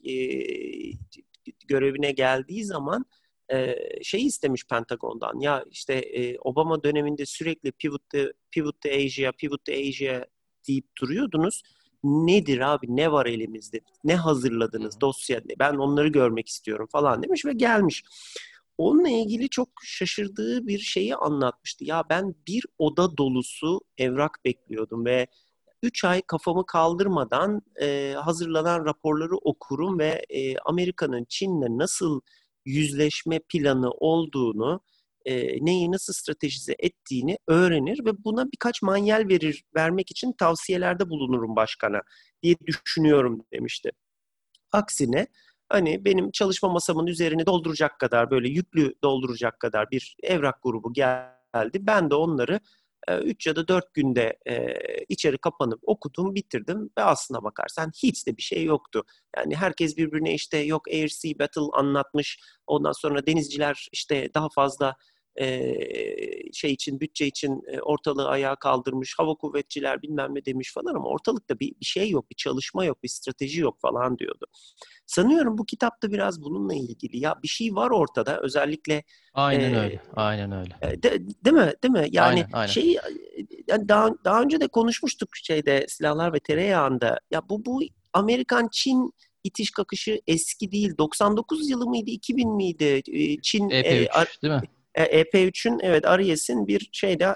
görevine geldiği zaman şey istemiş Pentagon'dan. Ya işte Obama döneminde sürekli pivot to Asia, pivot to Asia deyip duruyordunuz. Nedir abi? Ne var elimizde? Ne Hı hazırladınız hı. dosya? Ben onları görmek istiyorum falan demiş ve gelmiş. Onunla ilgili çok şaşırdığı bir şeyi anlatmıştı. Ya ben bir oda dolusu evrak bekliyordum ve 3 ay kafamı kaldırmadan hazırlanan raporları okurum ve Amerika'nın Çin'le nasıl yüzleşme planı olduğunu, neyi nasıl stratejize ettiğini öğrenir ve buna birkaç manyel vermek için tavsiyelerde bulunurum başkana diye düşünüyorum demişti. Aksine hani benim çalışma masamın üzerini dolduracak kadar, böyle yüklü dolduracak kadar bir evrak grubu geldi. Ben de onları 3 ya da 4 günde içeri kapanıp okudum, bitirdim ve aslına bakarsan hiç de bir şey yoktu. Yani herkes birbirine işte yok Air Sea Battle anlatmış. Ondan sonra denizciler işte daha fazla şey için, bütçe için ortalığı ayağa kaldırmış. Hava kuvvetçiler bilmem ne demiş falan ama ortalıkta bir şey yok, bir çalışma yok, bir strateji yok falan diyordu. Sanıyorum bu kitapta biraz bununla ilgili. Ya bir şey var ortada. Özellikle Aynen e, öyle. Aynen öyle. değil mi? Değil mi? Yani Aynen, aynen. şey, yani daha önce de konuşmuştuk şeyde, Silahlar ve Tereyağı'nda. Ya bu Amerikan-Çin itiş kakışı eski değil. 99 yılı mıydı, 2000 miydi? Çin EP3 değil mi? EP3'ün, evet, Aries'in bir şeyde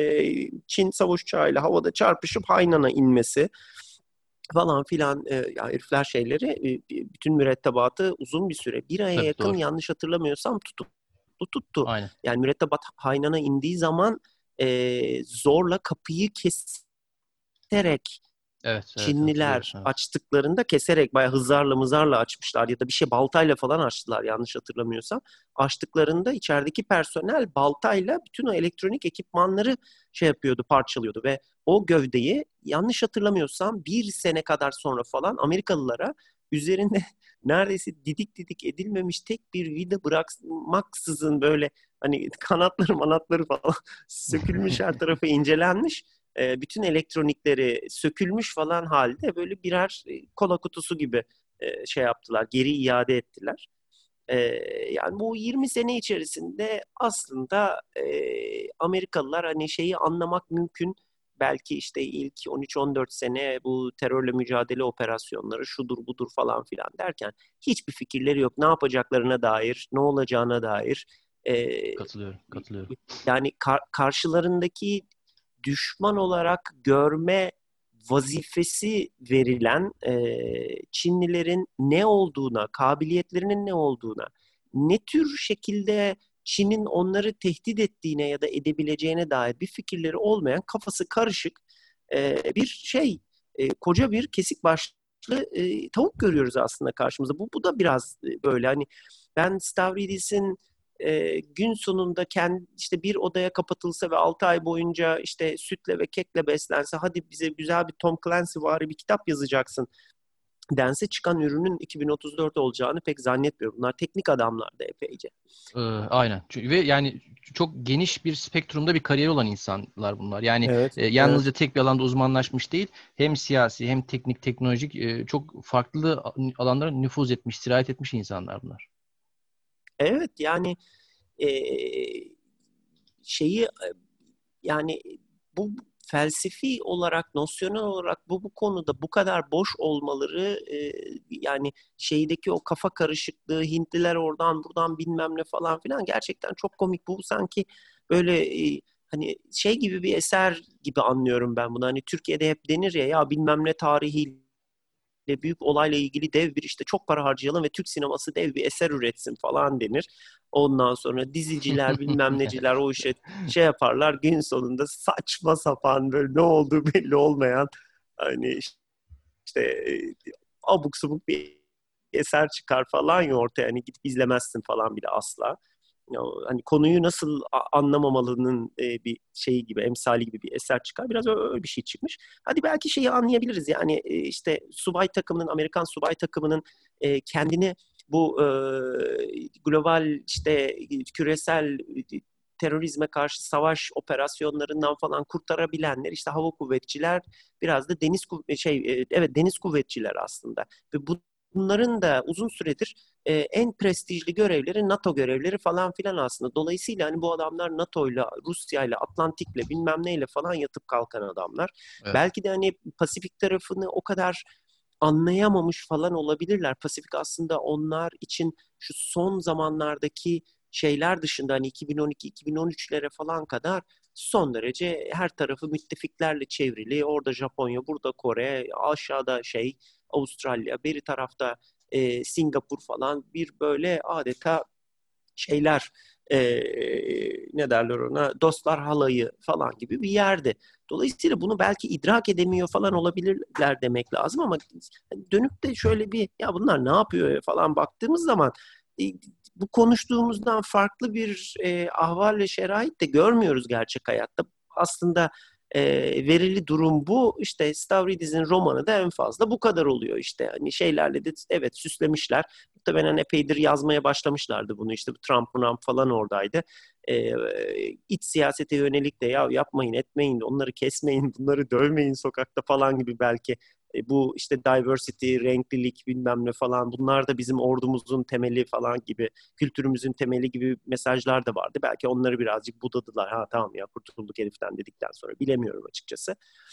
Çin savaş uçağıyla havada çarpışıp Hainan'a inmesi falan filan, ya herifler şeyleri, bütün mürettebatı uzun bir süre, bir aya Tabii, yakın doğru. yanlış hatırlamıyorsam tuttu. Aynen. Yani mürettebat Haynan'a indiği zaman zorla kapıyı keserek, Evet, evet, hatırlıyorum. Çinliler Evet. açtıklarında keserek, bayağı hızarla mızarla açmışlar ya da bir şey baltayla falan açtılar yanlış hatırlamıyorsam. Açtıklarında içerideki personel baltayla bütün o elektronik ekipmanları şey yapıyordu, parçalıyordu ve o gövdeyi yanlış hatırlamıyorsam bir sene kadar sonra falan Amerikalılara üzerinde neredeyse didik didik edilmemiş tek bir vida bırakmaksızın, böyle hani kanatları manatları falan sökülmüş, her tarafı incelenmiş, bütün elektronikleri sökülmüş falan halde böyle birer kola kutusu gibi şey yaptılar, geri iade ettiler. E, Yani bu 20 sene içerisinde aslında Amerikalılar hani şeyi anlamak mümkün. Belki işte ilk 13-14 sene bu terörle mücadele operasyonları şudur budur falan filan derken hiçbir fikirleri yok. Ne yapacaklarına dair, ne olacağına dair. E, Katılıyorum, katılıyorum. Yani karşılarındaki düşman olarak görme vazifesi verilen Çinlilerin ne olduğuna, kabiliyetlerinin ne olduğuna, ne tür şekilde Çin'in onları tehdit ettiğine ya da edebileceğine dair bir fikirleri olmayan, kafası karışık bir şey, koca bir kesik başlı tavuk görüyoruz aslında karşımızda. Bu da biraz böyle hani, ben Stavridis'in gün sonunda kendi işte bir odaya kapatılsa ve 6 ay boyunca işte sütle ve kekle beslense, hadi bize güzel bir Tom Clancy vari bir kitap yazacaksın dense, çıkan ürünün 2034 olacağını pek zannetmiyorum. Bunlar teknik adamlardı epeyce. Aynen. Ve yani çok geniş bir spektrumda bir kariyeri olan insanlar bunlar. Yani Evet, evet. yalnızca tek bir alanda uzmanlaşmış değil, hem siyasi hem teknik, teknolojik çok farklı alanlara nüfuz etmiş, sirayet etmiş insanlar bunlar. Evet yani e, şeyi, yani bu felsefi olarak, nosyonel olarak bu konuda bu kadar boş olmaları, yani şeydeki o kafa karışıklığı, Hintliler oradan buradan bilmem ne falan filan, gerçekten çok komik. Bu sanki böyle hani şey gibi bir eser gibi anlıyorum ben bunu. Hani Türkiye'de hep denir ya, ya bilmem ne tarihiyle büyük olayla ilgili dev bir işte çok para harcayalım ve Türk sineması dev bir eser üretsin falan denir. Ondan sonra diziciler bilmem neciler o işe şey yaparlar, gün sonunda saçma sapan böyle ne olduğu belli olmayan hani işte abuk subuk bir eser çıkar falan ya ortaya, hani gidip izlemezsin falan bile asla. Ya, hani konuyu nasıl anlamamalının bir şeyi gibi, emsali gibi bir eser çıkar. Biraz öyle bir şey çıkmış. Hadi belki şeyi anlayabiliriz yani işte subay takımının, Amerikan subay takımının kendini bu global işte küresel terörizme karşı savaş operasyonlarından falan kurtarabilenler işte hava kuvvetçiler, biraz da evet deniz kuvvetçiler aslında. Ve bunların da uzun süredir en prestijli görevleri NATO görevleri falan filan aslında. Dolayısıyla hani bu adamlar NATO'yla, Rusya'yla, Atlantik'le bilmem neyle falan yatıp kalkan adamlar. Evet. Belki de hani Pasifik tarafını o kadar anlayamamış falan olabilirler. Pasifik aslında onlar için şu son zamanlardaki şeyler dışında hani 2012-2013'lere falan kadar son derece her tarafı müttefiklerle çevrili. Orada Japonya, burada Kore, aşağıda Avustralya, beri tarafta Singapur falan bir böyle adeta şeyler e, ne derler ona, dostlar halayı falan gibi bir yerde. Dolayısıyla bunu belki idrak edemiyor falan olabilirler demek lazım ama dönüp de şöyle bir ya bunlar ne yapıyor falan baktığımız zaman e, bu konuştuğumuzdan farklı bir ahval ve şerait de görmüyoruz gerçek hayatta. Aslında verili durum bu. İşte Stavridis'in romanı da en fazla bu kadar oluyor işte. Hani şeylerle de evet süslemişler. Muhtemelen epeydir yazmaya başlamışlardı bunu. İşte bu Trump falan oradaydı. Ee, iç siyasete yönelik de ya yapmayın etmeyin onları kesmeyin bunları dövmeyin sokakta falan gibi belki bu işte diversity, renklilik bilmem ne falan bunlar da bizim ordumuzun temeli falan gibi kültürümüzün temeli gibi mesajlar da vardı. Belki onları birazcık budadılar. Ha tamam ya kurtulduk heriften dedikten sonra bilemiyorum açıkçası.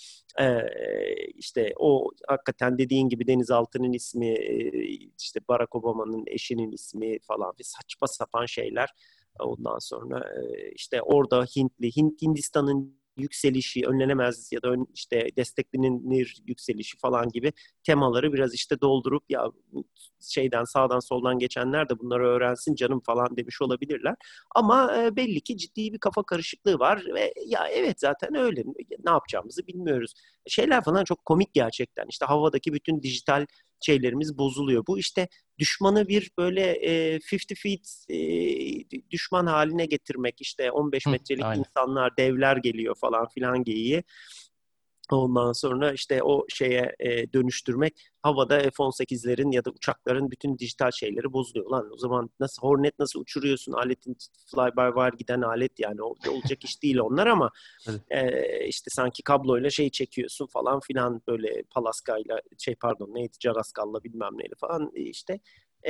İşte o hakikaten dediğin gibi denizaltının ismi, işte Barack Obama'nın eşinin ismi falan bir saçma sapan şeyler. Ondan sonra işte orada Hindistan'ın yükselişi önlenemez ya da işte desteklenir yükselişi falan gibi temaları biraz işte doldurup ya şeyden sağdan soldan geçenler de bunları öğrensin canım falan demiş olabilirler. Ama belli ki ciddi bir kafa karışıklığı var ve ya evet zaten öyle ne yapacağımızı bilmiyoruz. Şeyler falan çok komik gerçekten. İşte havadaki bütün dijital şeylerimiz bozuluyor. Bu işte düşmanı bir böyle 50 feet düşman haline getirmek işte 15 Hı, metrelik aynen. insanlar devler geliyor falan filan geyiği. Ondan sonra işte o şeye dönüştürmek havada F-18'lerin ya da uçakların bütün dijital şeyleri bozuluyor. Lan o zaman nasıl Hornet nasıl uçuruyorsun? Aletin fly-by-wire giden alet yani olacak iş değil onlar ama Tabii. işte sanki kabloyla şey çekiyorsun falan filan böyle palaskayla pardon neydi Caraskal'la bilmem neyle falan işte e,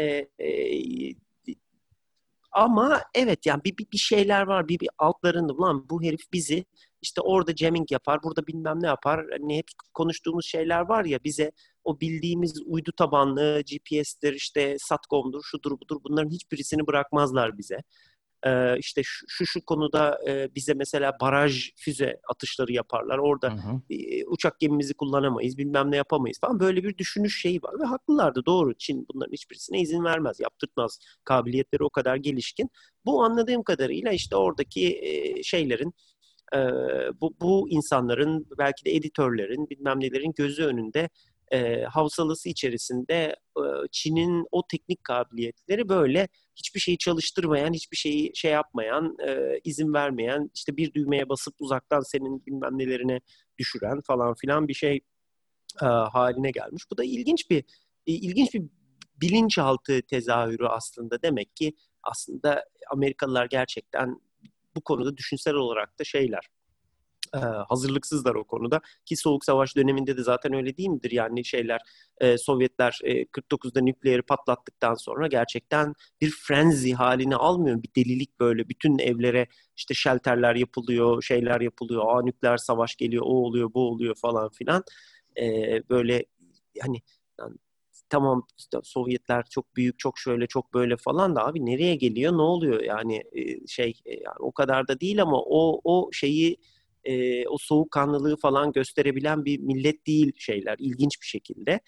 ama evet yani bir şeyler var. Bir altlarında ulan bu herif bizi işte orada jamming yapar, burada bilmem ne yapar. Hani hep konuştuğumuz şeyler var ya bize o bildiğimiz uydu tabanlı GPS'tir, işte Satcom'dur, şudur budur bunların hiçbirisini bırakmazlar bize. İşte şu konuda bize mesela baraj füze atışları yaparlar. Hı Orada hı. uçak gemimizi kullanamayız, bilmem ne yapamayız falan. Böyle bir düşünüş şeyi var ve haklılar da doğru. Çin bunların hiçbirisine izin vermez, yaptırtmaz. Kabiliyetleri o kadar gelişkin. Bu anladığım kadarıyla işte oradaki şeylerin e, bu insanların belki de editörlerin bilmem nelerin gözü önünde havsalası içerisinde Çin'in o teknik kabiliyetleri böyle hiçbir şeyi çalıştırmayan, hiçbir şeyi şey yapmayan, izin vermeyen, işte bir düğmeye basıp uzaktan senin bilmem nelerine düşüren falan filan bir şey haline gelmiş. Bu da ilginç bir bilinçaltı tezahürü aslında. Demek ki aslında Amerikalılar gerçekten bu konuda düşünsel olarak da hazırlıksızlar o konuda ki Soğuk Savaş döneminde de zaten öyle değil midir yani Sovyetler 49'da nükleeri patlattıktan sonra gerçekten bir frenzi halini almıyor bir delilik böyle bütün evlere işte şelterler yapılıyor şeyler yapılıyor nükleer savaş geliyor o oluyor bu oluyor falan filan. Böyle hani yani, tamam işte Sovyetler çok büyük çok şöyle çok böyle falan da abi nereye geliyor ne oluyor yani yani o kadar da değil ama o şeyi o soğukkanlılığı falan gösterebilen bir millet değil şeyler ilginç bir şekilde.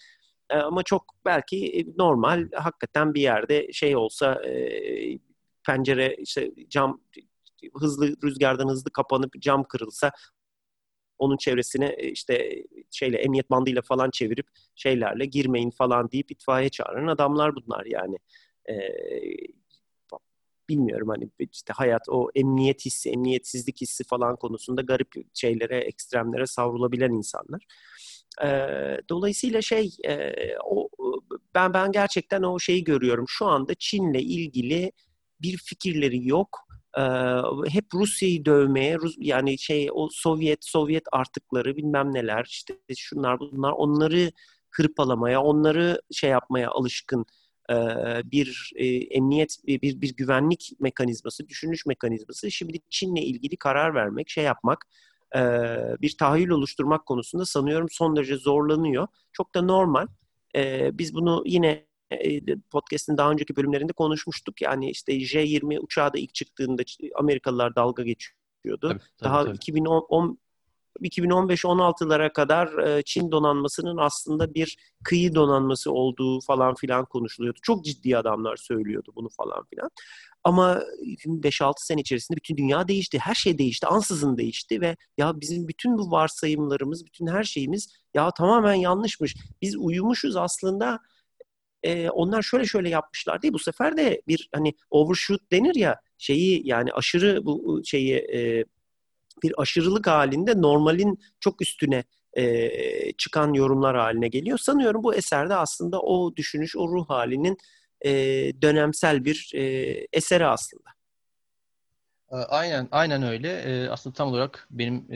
Ama çok belki normal, hakikaten bir yerde şey olsa, pencere işte cam hızlı rüzgardan hızlı kapanıp cam kırılsa, onun çevresine işte şeyle, emniyet bandıyla falan çevirip şeylerle girmeyin falan deyip itfaiye çağıran adamlar bunlar yani. E, Bilmiyorum, hani işte hayat o emniyet hissi, emniyetsizlik hissi falan konusunda garip şeylere, ekstremlere savrulabilen insanlar. Dolayısıyla ben gerçekten o şeyi görüyorum. Şu anda Çin'le ilgili bir fikirleri yok. Ee, Hep Rusya'yı dövmeye, yani o Sovyet artıkları bilmem neler, işte şunlar bunlar, onları hırpalamaya, onları şey yapmaya alışkın e, bir emniyet, bir güvenlik mekanizması, düşünüş mekanizması. Şimdi Çin'le ilgili karar vermek, şey yapmak, e, bir tahayyül oluşturmak konusunda sanıyorum son derece zorlanıyor. Çok da normal. Biz bunu yine podcast'in daha önceki bölümlerinde konuşmuştuk. Yani işte J-20 uçağı da ilk çıktığında Amerikalılar dalga geçiyordu. Tabii, tabii, Daha tabii. 2015-16'lara kadar Çin donanmasının aslında bir kıyı donanması olduğu falan filan konuşuluyordu. Çok ciddi adamlar söylüyordu bunu falan filan. Ama 5-6 sene içerisinde bütün dünya değişti. Her şey değişti. Ansızın değişti ve ya bizim bütün bu varsayımlarımız, bütün her şeyimiz ya tamamen yanlışmış. Biz uyumuşuz aslında. Onlar şöyle şöyle yapmışlar diye bu sefer de bir, hani overshoot denir ya, şeyi yani aşırı, bu şeyi bir aşırılık halinde normalin çok üstüne çıkan yorumlar haline geliyor. Sanıyorum bu eserde aslında o düşünüş, o ruh halinin e, dönemsel bir eseri aslında. Aynen, aynen öyle. Aslında tam olarak benim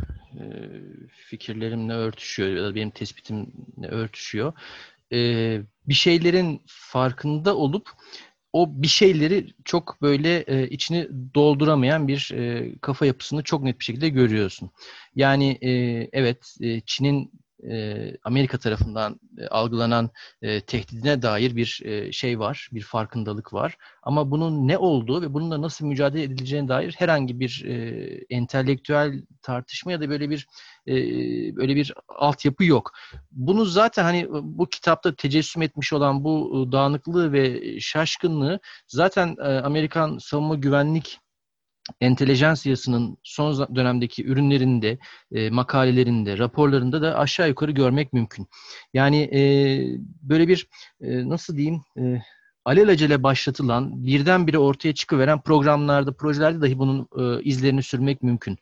fikirlerimle örtüşüyor ya da benim tespitimle örtüşüyor. Bir şeylerin farkında olup o bir şeyleri çok böyle içini dolduramayan bir kafa yapısını çok net bir şekilde görüyorsun. Yani evet, Çin'in Amerika tarafından algılanan tehdidine dair bir şey var, bir farkındalık var. Ama bunun ne olduğu ve bununla nasıl mücadele edileceğine dair herhangi bir entelektüel tartışma ya da e, böyle bir altyapı yok. Bunu zaten hani bu kitapta tecessüm etmiş olan bu dağınıklığı ve şaşkınlığı zaten Amerikan savunma güvenlik entelejansiyasının son dönemdeki ürünlerinde, makalelerinde, raporlarında da aşağı yukarı görmek mümkün. Yani böyle bir nasıl diyeyim, alelacele başlatılan, birdenbire ortaya çıkıveren programlarda, projelerde dahi bunun izlerini sürmek mümkün.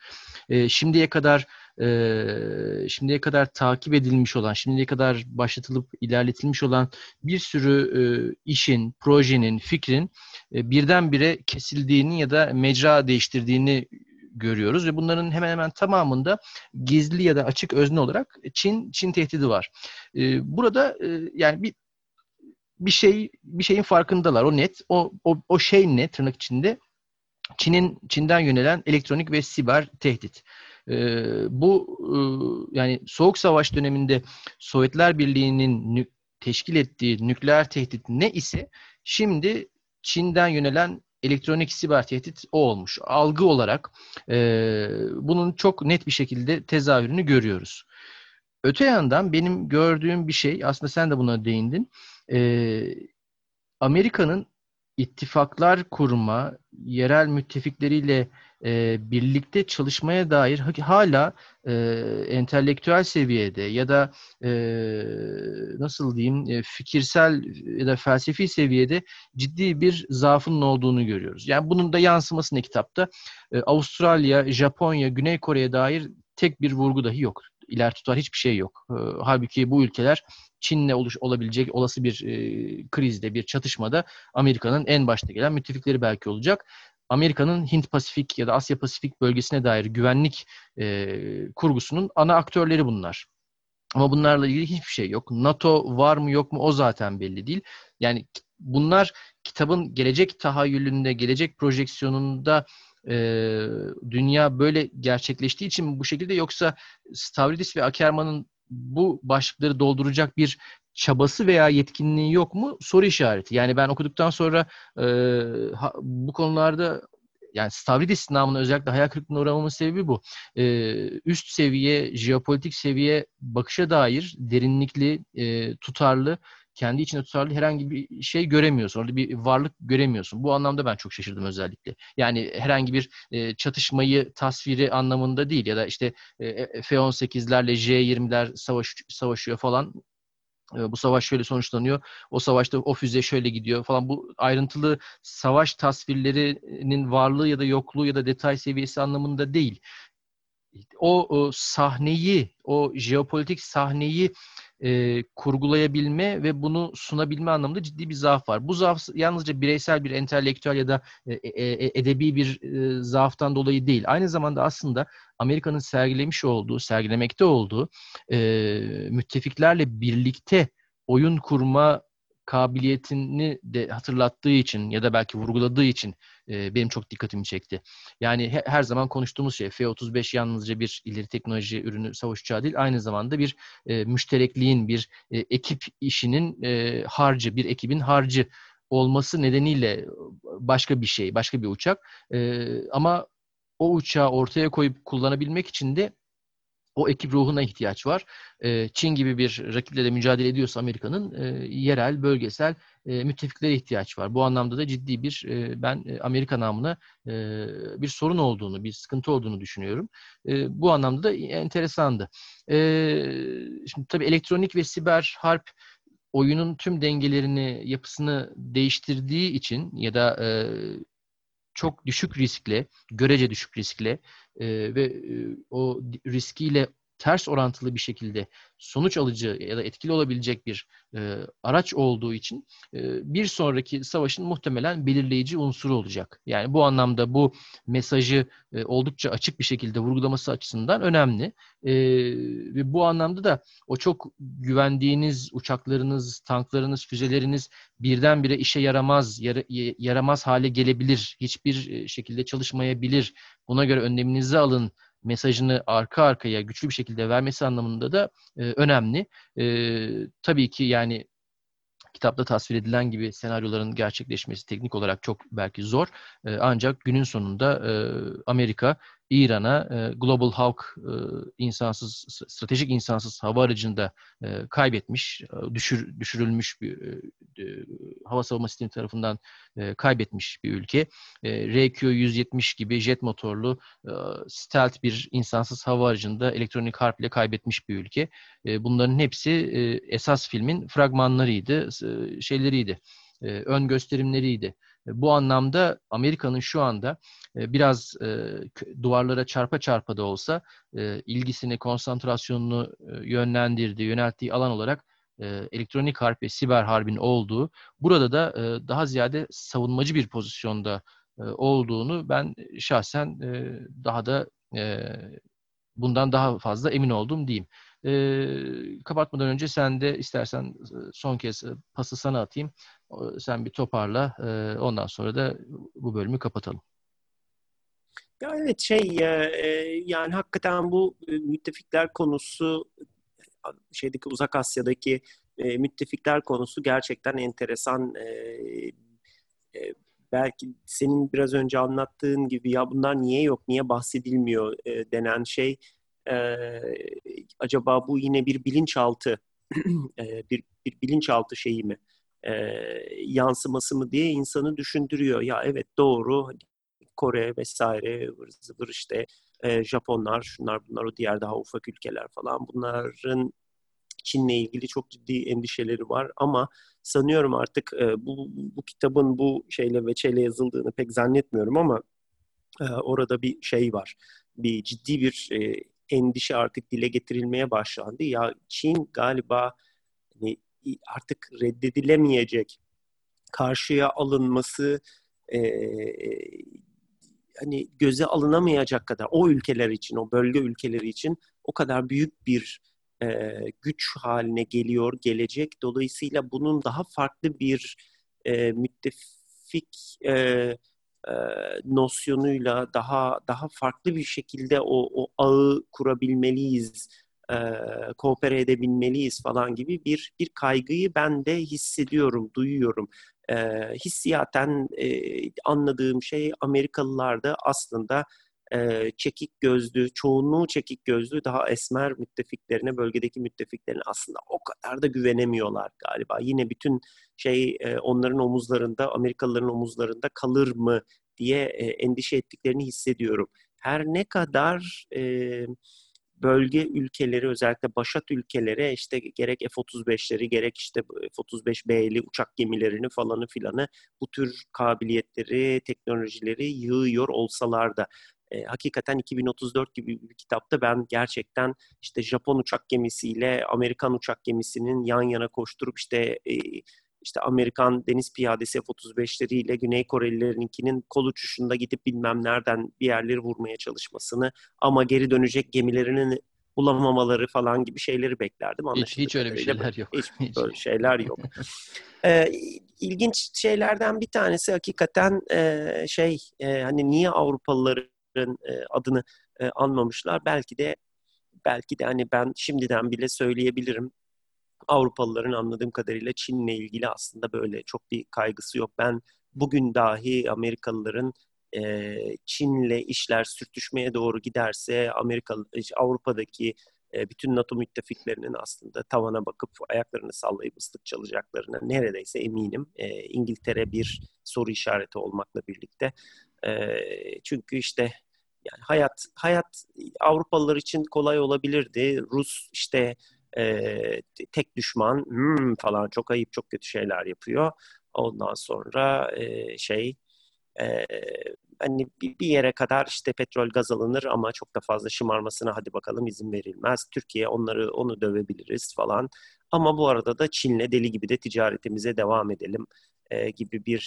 Şimdiye kadar takip edilmiş olan, şimdiye kadar başlatılıp ilerletilmiş olan bir sürü işin, projenin, fikrin birdenbire kesildiğini ya da mecra değiştirdiğini görüyoruz ve bunların hemen hemen tamamında gizli ya da açık özne olarak Çin tehdidi var. Burada yani bir şeyin farkındalar. O net. O şey ne tırnak içinde? Çin'den yönelen elektronik ve siber tehdit. Bu yani Soğuk Savaş döneminde Sovyetler Birliği'nin teşkil ettiği nükleer tehdit ne ise şimdi Çin'den yönelen elektronik siber tehdit o olmuş. Algı olarak bunun çok net bir şekilde tezahürünü görüyoruz. Öte yandan benim gördüğüm bir şey, aslında sen de buna değindin. Ee, Amerika'nın ittifaklar kurma, yerel müttefikleriyle birlikte çalışmaya dair hala entelektüel seviyede ya da e, nasıl diyeyim, fikirsel ya da felsefi seviyede ciddi bir zaafının olduğunu görüyoruz. Yani bunun da yansıması ne kitapta? Avustralya, Japonya, Güney Kore'ye dair tek bir vurgu dahi yok. İler tutar hiçbir şey yok. Halbuki bu ülkeler Çin'le olabilecek olası bir krizde, bir çatışmada Amerika'nın en başta gelen müttefikleri belki olacak. Amerika'nın Hint-Pasifik ya da Asya-Pasifik bölgesine dair güvenlik kurgusunun ana aktörleri bunlar. Ama bunlarla ilgili hiçbir şey yok. NATO var mı yok mu o zaten belli değil. Yani bunlar kitabın gelecek tahayyülünde, gelecek projeksiyonunda e, dünya böyle gerçekleştiği için mi bu şekilde, yoksa Stavridis ve Ackerman'ın bu başlıkları dolduracak bir çabası veya yetkinliği yok mu? Soru işareti. Yani ben okuduktan sonra bu konularda yani Stavridis namına özellikle hayal kırıklığına uğramamın sebebi bu. Üst seviye, jeopolitik seviye bakışa dair derinlikli, tutarlı, kendi içinde tutarlı herhangi bir şey göremiyorsun. Orada bir varlık göremiyorsun. Bu anlamda ben çok şaşırdım özellikle. Yani herhangi bir çatışmayı tasviri anlamında değil ya da işte F-18'lerle J-20'ler savaşıyor falan. Bu savaş şöyle sonuçlanıyor. O savaşta o füze şöyle gidiyor falan. Bu ayrıntılı savaş tasvirlerinin varlığı ya da yokluğu ya da detay seviyesi anlamında değil. O sahneyi, o jeopolitik sahneyi kurgulayabilme ve bunu sunabilme anlamında ciddi bir zaaf var. Bu zaaf yalnızca bireysel bir entelektüel ya da edebi bir zaaftan dolayı değil. Aynı zamanda aslında Amerika'nın sergilemekte olduğu müttefiklerle birlikte oyun kurma kabiliyetini de hatırlattığı için ya da belki vurguladığı için benim çok dikkatimi çekti. Yani her zaman konuştuğumuz şey F-35 yalnızca bir ileri teknoloji ürünü, savaş uçağı değil, aynı zamanda bir müşterekliğin, bir ekip işinin harcı, bir ekibin harcı olması nedeniyle başka bir şey, başka bir uçak. Ama o uçağı ortaya koyup kullanabilmek için de o ekip ruhuna ihtiyaç var. Çin gibi bir rakiple de mücadele ediyorsa Amerika'nın yerel, bölgesel müttefiklere ihtiyaç var. Bu anlamda da ciddi bir ben Amerika namına bir sorun olduğunu, bir sıkıntı olduğunu düşünüyorum. Bu anlamda da enteresandı. Şimdi tabii elektronik ve siber harp oyunun tüm dengelerini, yapısını değiştirdiği için ya da çok düşük riskle, görece düşük riskle ve o riskiyle ters orantılı bir şekilde sonuç alıcı ya da etkili olabilecek bir araç olduğu için bir sonraki savaşın muhtemelen belirleyici unsuru olacak. Yani bu anlamda bu mesajı oldukça açık bir şekilde vurgulaması açısından önemli. Ve bu anlamda da o çok güvendiğiniz uçaklarınız, tanklarınız, füzeleriniz birdenbire işe yaramaz hale gelebilir. Hiçbir şekilde çalışmayabilir. Buna göre önleminizi alın mesajını arka arkaya güçlü bir şekilde vermesi anlamında da önemli. Tabii ki yani kitapta tasvir edilen gibi senaryoların gerçekleşmesi teknik olarak çok belki zor. Ancak günün sonunda Amerika İran'a Global Hawk stratejik insansız hava aracını da kaybetmiş, düşürülmüş bir hava savunma sistemi tarafından kaybetmiş bir ülke. RQ-170 gibi jet motorlu stealth bir insansız hava aracını da elektronik harp ile kaybetmiş bir ülke. Bunların hepsi esas filmin fragmanlarıydı, şeyleriydi, ön gösterimleriydi. Bu anlamda Amerika'nın şu anda biraz duvarlara çarpa çarpa da olsa ilgisini, konsantrasyonunu yönelttiği alan olarak elektronik harp ve siber harbin olduğu, burada da daha ziyade savunmacı bir pozisyonda olduğunu ben şahsen daha da bundan daha fazla emin oldum diyeyim. Kapatmadan önce sen de istersen son kez pası sana atayım. Sen bir toparla. Ondan sonra da bu bölümü kapatalım. Ya evet yani hakikaten bu müttefikler konusu Uzak Asya'daki müttefikler konusu gerçekten enteresan. E, Belki senin biraz önce anlattığın gibi ya bunlar niye yok, niye bahsedilmiyor denen şey e, acaba bu yine bir bilinçaltı bir bilinçaltı şeyi mi e, yansıması mı diye insanı düşündürüyor. Ya evet doğru Kore vesaire ıvır zıvır işte Japonlar şunlar bunlar o diğer daha ufak ülkeler falan bunların Çin'le ilgili çok ciddi endişeleri var ama sanıyorum artık bu kitabın bu şeyle veçeyle yazıldığını pek zannetmiyorum ama orada bir şey var. Bir ciddi bir endişe artık dile getirilmeye başlandı. Ya Çin galiba hani, artık reddedilemeyecek, karşıya alınması e, hani göze alınamayacak kadar o ülkeler için, o bölge ülkeleri için o kadar büyük bir güç haline geliyor, gelecek. Dolayısıyla bunun daha farklı bir müttefik e, nosyonuyla daha farklı bir şekilde o ağı kurabilmeliyiz, e, koopere edebilmeliyiz falan gibi bir kaygıyı ben de hissediyorum, duyuyorum. Hissiyaten anladığım şey Amerikalılar da aslında çekik gözlü, çoğunluğu çekik gözlü daha esmer müttefiklerine, bölgedeki müttefiklerine aslında o kadar da güvenemiyorlar galiba. Yine bütün şey onların omuzlarında, Amerikalıların omuzlarında kalır mı diye endişe ettiklerini hissediyorum. Her ne kadar bölge ülkeleri, özellikle başat ülkelere işte gerek F-35'leri gerek işte F-35B'li uçak gemilerini falanı filanı bu tür kabiliyetleri, teknolojileri yığıyor olsalar da hakikaten 2034 gibi bir kitapta ben gerçekten işte Japon uçak gemisiyle Amerikan uçak gemisinin yan yana koşturup işte Amerikan deniz piyadesi F-35'leriyle Güney Korelilerinkinin kol uçuşunda gidip bilmem nereden bir yerleri vurmaya çalışmasını ama geri dönecek gemilerinin bulamamaları falan gibi şeyleri beklerdim. Anlaşıldığı Hiç öyle bir kadarıyla şeyler yok. hiç Hiç. böyle şeyler yok. Ee, ilginç şeylerden bir tanesi hakikaten hani niye Avrupalıların adını anmamışlar? Belki de hani ben şimdiden bile söyleyebilirim. Avrupalıların anladığım kadarıyla Çin'le ilgili aslında böyle çok bir kaygısı yok. Ben bugün dahi Amerikalıların Çin'le işler sürtüşmeye doğru giderse Avrupa'daki bütün NATO müttefiklerinin aslında tavana bakıp ayaklarını sallayıp ıslık çalacaklarına neredeyse eminim. İngiltere bir soru işareti olmakla birlikte. Çünkü işte yani hayat Avrupalılar için kolay olabilirdi. Rus işte tek düşman falan çok ayıp çok kötü şeyler yapıyor. Ondan sonra e, hani bir yere kadar işte petrol gaz alınır ama çok da fazla şımarmasına hadi bakalım izin verilmez. Türkiye onu dövebiliriz falan. Ama bu arada da Çin'le deli gibi de ticaretimize devam edelim gibi bir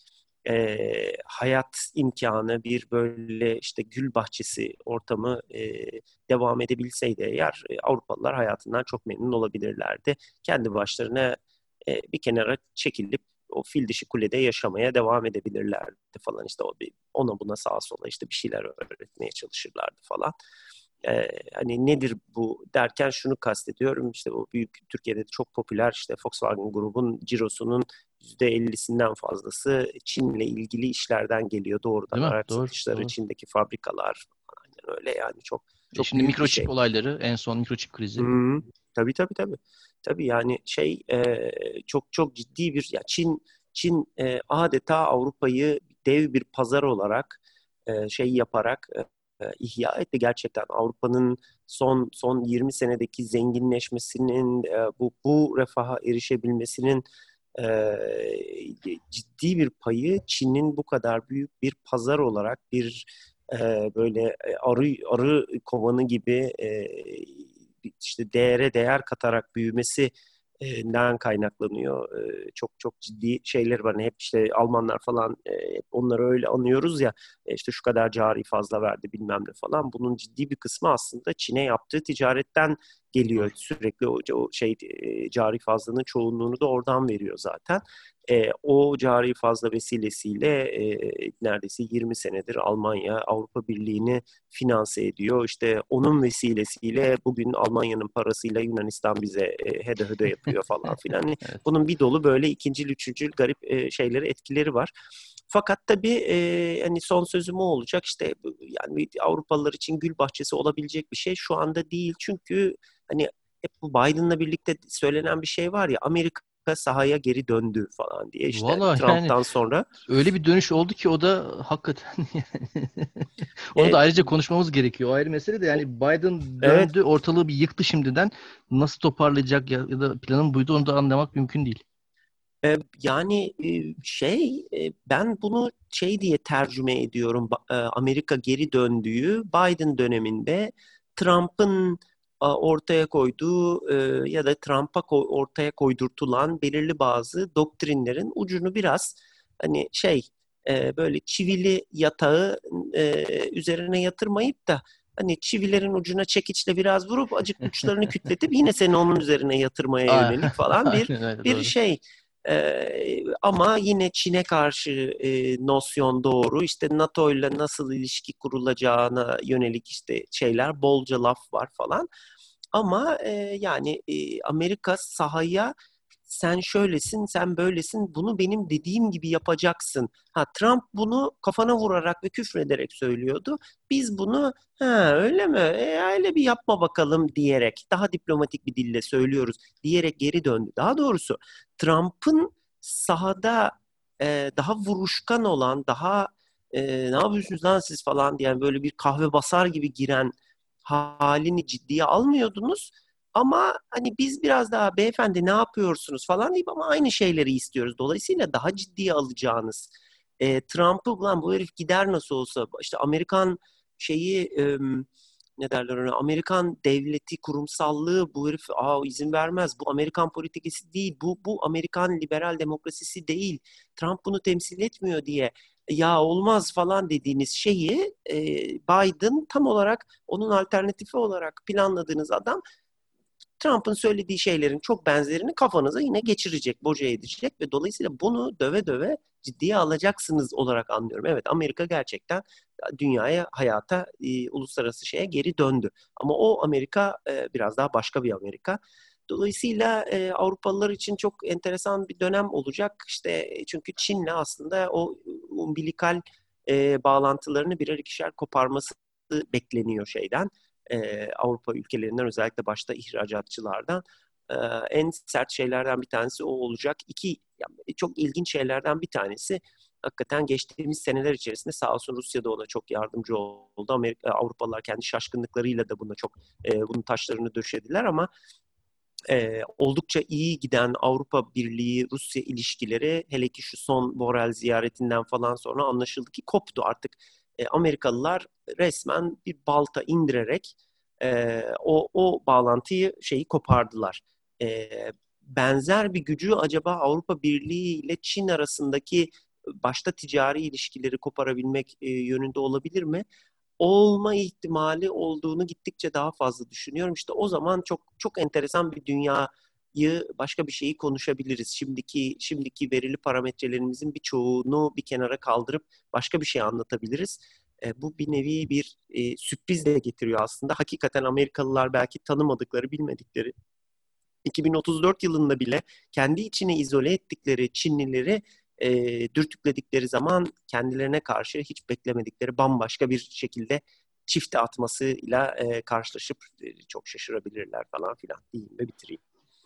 hayat imkanı, bir böyle işte gül bahçesi ortamı devam edebilseydi eğer Avrupalılar hayatından çok memnun olabilirlerdi. Kendi başlarına bir kenara çekilip o fil dişi kulede yaşamaya devam edebilirlerdi falan. İşte ona buna sağa sola işte bir şeyler öğretmeye çalışırlardı falan. Hani nedir bu derken şunu kastediyorum. İşte o büyük Türkiye'de çok popüler işte Volkswagen grubun cirosunun %50'sinden fazlası Çin'le ilgili işlerden geliyor. Doğrudan Değil mi? araç Doğru, satışları, doğru. Çin'deki fabrikalar. Aynen öyle yani çok çok Şimdi büyük bir mikroçip şey. olayları, en son mikroçip krizi. Hı, tabii. Tabii yani çok çok ciddi bir ya Çin adeta Avrupa'yı dev bir pazar olarak şey yaparak ihya etti gerçekten Avrupa'nın son 20 senedeki zenginleşmesinin bu refaha erişebilmesinin ciddi bir payı Çin'in bu kadar büyük bir pazar olarak bir böyle arı kovanı gibi işte değere değer katarak büyümesinden kaynaklanıyor. Çok çok ciddi şeyler var. Hani hep işte Almanlar falan hep onları öyle anıyoruz ya işte şu kadar cari fazla verdi bilmem ne falan. Bunun ciddi bir kısmı aslında Çin'e yaptığı ticaretten Doğru. geliyor. Sürekli cari fazlanın çoğunluğunu da oradan veriyor zaten. O cari fazla vesilesiyle neredeyse 20 senedir Almanya Avrupa Birliği'ni finanse ediyor. İşte onun vesilesiyle bugün Almanya'nın parasıyla Yunanistan bize hede hede yapıyor falan filan. Hani Evet. bunun bir dolu böyle ikincil, üçüncül garip etkileri var. Fakat tabii hani son sözüm o olacak. İşte yani Avrupalılar için gül bahçesi olabilecek bir şey şu anda değil. Çünkü hani hep bu Biden'la birlikte söylenen bir şey var ya Amerika sahaya geri döndü falan diye işte Valla yani Trump'tan sonra. öyle bir dönüş oldu ki o da hakikaten onu da E, ayrıca konuşmamız gerekiyor. O ayrı mesele de yani Biden evet. döndü, ortalığı bir yıktı şimdiden. Nasıl toparlayacak ya da planın buydu onu da anlamak mümkün değil. Yani ben bunu şey diye tercüme ediyorum. Amerika geri döndüğü Biden döneminde Trump'ın ortaya koyduğu ya da Trump'a ortaya koydurtulan belirli bazı doktrinlerin ucunu biraz hani böyle çivili yatağı üzerine yatırmayıp da hani çivilerin ucuna çekiçle biraz vurup acık uçlarını kütletip yine seni onun üzerine yatırmaya yönelik falan Aynen öyle bir doğru. şey. Ama yine Çin'e karşı nosyon doğru. İşte NATO ile nasıl ilişki kurulacağına yönelik işte şeyler, bolca laf var falan. Ama yani Amerika sahaya sen şöylesin, sen böylesin, bunu benim dediğim gibi yapacaksın. Ha, Trump bunu kafana vurarak ve küfrederek söylüyordu. Biz bunu ha öyle mi? Öyle bir yapma bakalım diyerek, daha diplomatik bir dille söylüyoruz diyerek geri döndü. Daha doğrusu Trump'ın sahada daha vuruşkan olan, daha ne yapıyorsunuz lan siz falan diyen böyle bir kahve basar gibi giren halini ciddiye almıyordunuz. Ama hani biz biraz daha beyefendi ne yapıyorsunuz falan deyip ama aynı şeyleri istiyoruz. Dolayısıyla daha ciddiye alacağınız Trump'ı ulan bu herif gider nasıl olsa işte Amerikan şeyi ne derler ona Amerikan devleti kurumsallığı bu herif izin vermez. Bu Amerikan politikası değil. Bu Amerikan liberal demokrasisi değil. Trump bunu temsil etmiyor diye ya olmaz falan dediğiniz şeyi Biden tam olarak onun alternatifi olarak planladığınız adam Trump'ın söylediği şeylerin çok benzerini kafanıza yine geçirecek, boca edecek ve dolayısıyla bunu döve döve ciddiye alacaksınız olarak anlıyorum. Evet, Amerika gerçekten dünyaya, hayata, uluslararası şeye geri döndü. Ama o Amerika biraz daha başka bir Amerika. Dolayısıyla Avrupalılar için çok enteresan bir dönem olacak. İşte çünkü Çin'le aslında o umbilikal bağlantılarını birer ikişer koparması bekleniyor şeyden. Avrupa ülkelerinden özellikle başta ihracatçılardan e, en sert şeylerden bir tanesi o olacak. Yani çok ilginç şeylerden bir tanesi hakikaten geçtiğimiz seneler içerisinde sağ olsun Rusya da ona çok yardımcı oldu. Avrupalılar kendi şaşkınlıklarıyla da buna çok bunun taşlarını döşediler ama oldukça iyi giden Avrupa Birliği-Rusya ilişkileri hele ki şu son Borrell ziyaretinden falan sonra anlaşıldı ki koptu. Artık Amerikalılar resmen bir balta indirerek o bağlantıyı kopardılar. E, Benzer bir gücü acaba Avrupa Birliği ile Çin arasındaki başta ticari ilişkileri koparabilmek yönünde olabilir mi? Olma ihtimali olduğunu gittikçe daha fazla düşünüyorum. İşte o zaman çok çok enteresan bir dünyayı, başka bir şeyi konuşabiliriz. Şimdiki verili parametrelerimizin birçoğunu bir kenara kaldırıp başka bir şey anlatabiliriz. Bu bir nevi bir sürpriz de getiriyor aslında. Hakikaten Amerikalılar belki tanımadıkları, bilmedikleri 2034 yılında bile kendi içine izole ettikleri Çinlileri dürtükledikleri zaman kendilerine karşı hiç beklemedikleri bambaşka bir şekilde çifte atmasıyla karşılaşıp çok şaşırabilirler falan filan diyeyim ve bitireyim.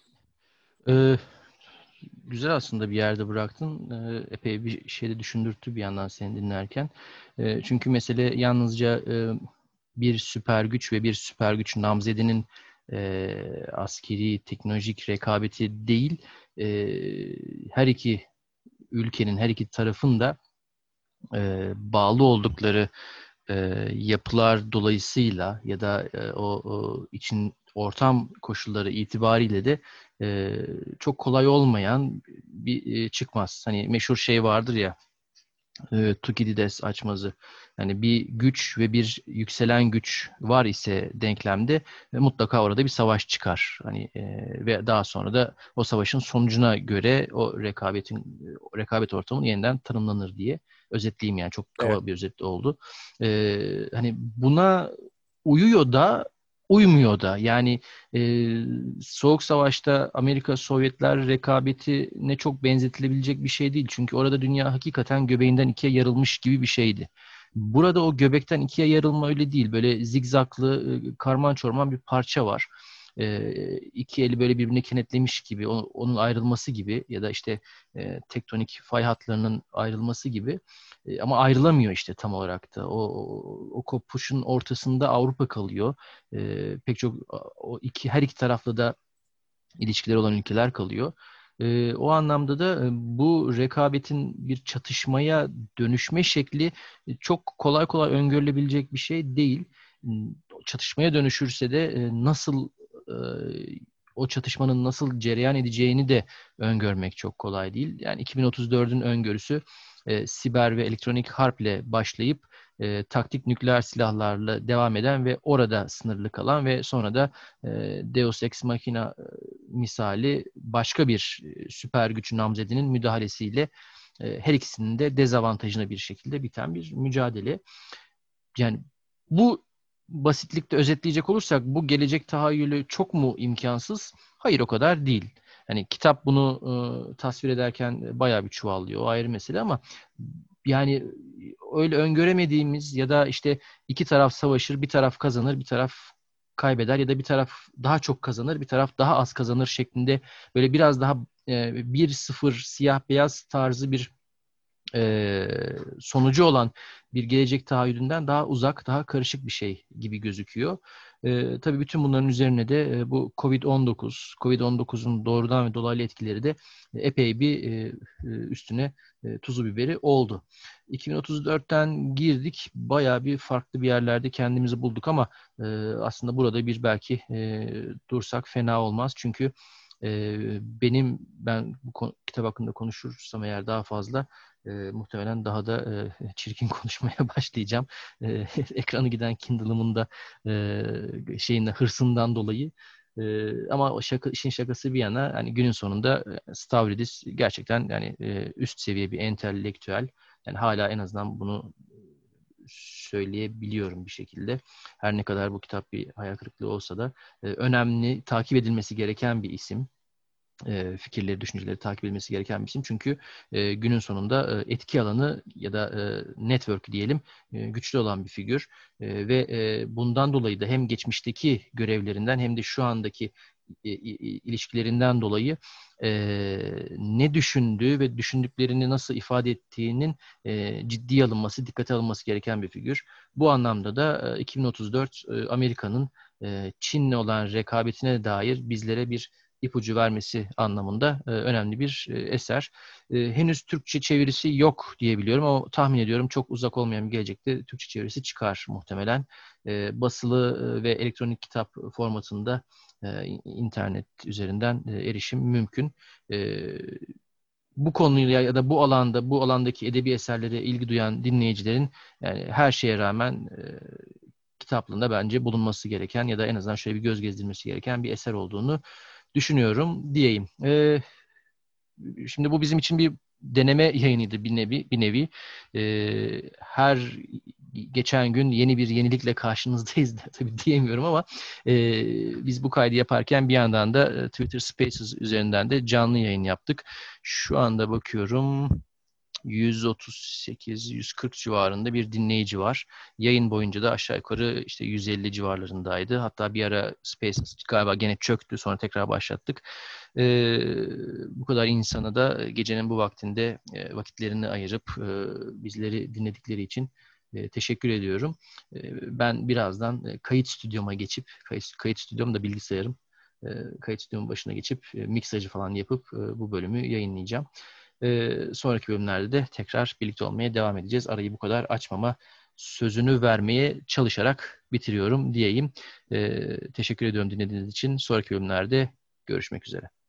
Ee, Güzel aslında bir yerde bıraktın. Epey bir şeyde düşündürttü bir yandan seni dinlerken. Çünkü mesele yalnızca bir süper güç ve bir süper güç namzedinin askeri, teknolojik rekabeti değil, e, her iki ülkenin, her iki tarafın da bağlı oldukları e, yapılar dolayısıyla ya da o için ortam koşulları itibariyle de çok kolay olmayan bir çıkmaz. Hani meşhur şey vardır ya, Tukidides açmazı. Yani bir güç ve bir yükselen güç var ise denklemde mutlaka orada bir savaş çıkar. Hani ve daha sonra da o savaşın sonucuna göre o rekabet ortamı yeniden tanımlanır diye özetleyeyim, yani çok Evet. kaba bir özet oldu. Hani buna uyuyor da uymuyor da. Yani Soğuk Savaş'ta Amerika-Sovyetler rekabeti ne çok benzetilebilecek bir şey değil. Çünkü orada dünya hakikaten göbeğinden ikiye yarılmış gibi bir şeydi. Burada o göbekten ikiye yarılma öyle değil. Böyle zigzaklı, karman çorman bir parça var. İki eli böyle birbirine kenetlemiş gibi, onun ayrılması gibi ya da işte tektonik fay hatlarının ayrılması gibi. Ama ayrılamıyor işte tam olarak da. O kopuşun ortasında Avrupa kalıyor. Pek çok her iki taraflı da ilişkileri olan ülkeler kalıyor. O anlamda da bu rekabetin bir çatışmaya dönüşme şekli çok kolay kolay öngörülebilecek bir şey değil. Çatışmaya dönüşürse de e, o çatışmanın nasıl cereyan edeceğini de öngörmek çok kolay değil. Yani 2034'ün öngörüsü siber ve elektronik harple başlayıp taktik nükleer silahlarla devam eden ve orada sınırlı kalan ve sonra da Deus Ex Machina misali başka bir süper güç namzedinin müdahalesiyle her ikisinin de dezavantajına bir şekilde biten bir mücadele. Yani bu basitlikte özetleyecek olursak bu gelecek tahayyülü çok mu imkansız? Hayır, o kadar değil. Yani kitap bunu tasvir ederken bayağı bir çuvallıyor. O ayrı mesele ama yani öyle öngöremediğimiz ya da işte iki taraf savaşır, bir taraf kazanır, bir taraf kaybeder ya da bir taraf daha çok kazanır, bir taraf daha az kazanır şeklinde böyle biraz daha 1-0 siyah beyaz tarzı bir sonucu olan bir gelecek tahayyülünden daha uzak, daha karışık bir şey gibi gözüküyor. Tabii bütün bunların üzerine de bu Covid-19'un doğrudan ve dolaylı etkileri de epey bir üstüne tuzu biberi oldu. 2034'ten girdik, bayağı bir farklı bir yerlerde kendimizi bulduk ama aslında burada bir belki dursak fena olmaz. Çünkü ben bu kitap hakkında konuşursam eğer daha fazla muhtemelen daha da çirkin konuşmaya başlayacağım. Ekranı giden Kindle'ımın da hırsından dolayı. Ama o işin şakası bir yana hani günün sonunda Stavridis gerçekten yani üst seviye bir entelektüel. Yani hala en azından bunu söyleyebiliyorum bir şekilde. Her ne kadar bu kitap bir hayal kırıklığı olsa da önemli, takip edilmesi gereken bir isim. Fikirleri, düşünceleri takip edilmesi gereken bir isim. Çünkü günün sonunda etki alanı ya da network diyelim güçlü olan bir figür. Ve bundan dolayı da hem geçmişteki görevlerinden hem de şu andaki ilişkilerinden dolayı ne düşündüğü ve düşündüklerini nasıl ifade ettiğinin ciddiye alınması, dikkate alınması gereken bir figür. Bu anlamda da 2034 Amerika'nın Çin'le olan rekabetine dair bizlere bir ipucu vermesi anlamında önemli bir eser. Henüz Türkçe çevirisi yok diye biliyorum ama tahmin ediyorum çok uzak olmayan bir gelecekte Türkçe çevirisi çıkar muhtemelen. Basılı ve elektronik kitap formatında internet üzerinden erişim mümkün. Bu konuyla ya da bu alandaki edebi eserlere ilgi duyan dinleyicilerin yani her şeye rağmen kitaplığında bence bulunması gereken ya da en azından şöyle bir göz gezdirmesi gereken bir eser olduğunu düşünüyorum diyeyim. Şimdi bu bizim için bir deneme yayınıydı bir nevi. Her geçen gün yeni bir yenilikle karşınızdayız da tabii diyemiyorum ama biz bu kaydı yaparken bir yandan da Twitter Spaces üzerinden de canlı yayın yaptık. Şu anda bakıyorum 138-140 civarında bir dinleyici var. Yayın boyunca da aşağı yukarı işte 150 civarlarındaydı. Hatta bir ara Spaces galiba gene çöktü. Sonra tekrar başlattık. Bu kadar insana da gecenin bu vaktinde vakitlerini ayırıp bizleri dinledikleri için teşekkür ediyorum. Ben birazdan kayıt stüdyoma geçip, kayıt stüdyom da bilgisayarım. Kayıt stüdyomun başına geçip miksajı falan yapıp bu bölümü yayınlayacağım. Sonraki bölümlerde de tekrar birlikte olmaya devam edeceğiz. Arayı bu kadar açmama sözünü vermeye çalışarak bitiriyorum diyeyim. Teşekkür ediyorum dinlediğiniz için. Sonraki bölümlerde görüşmek üzere.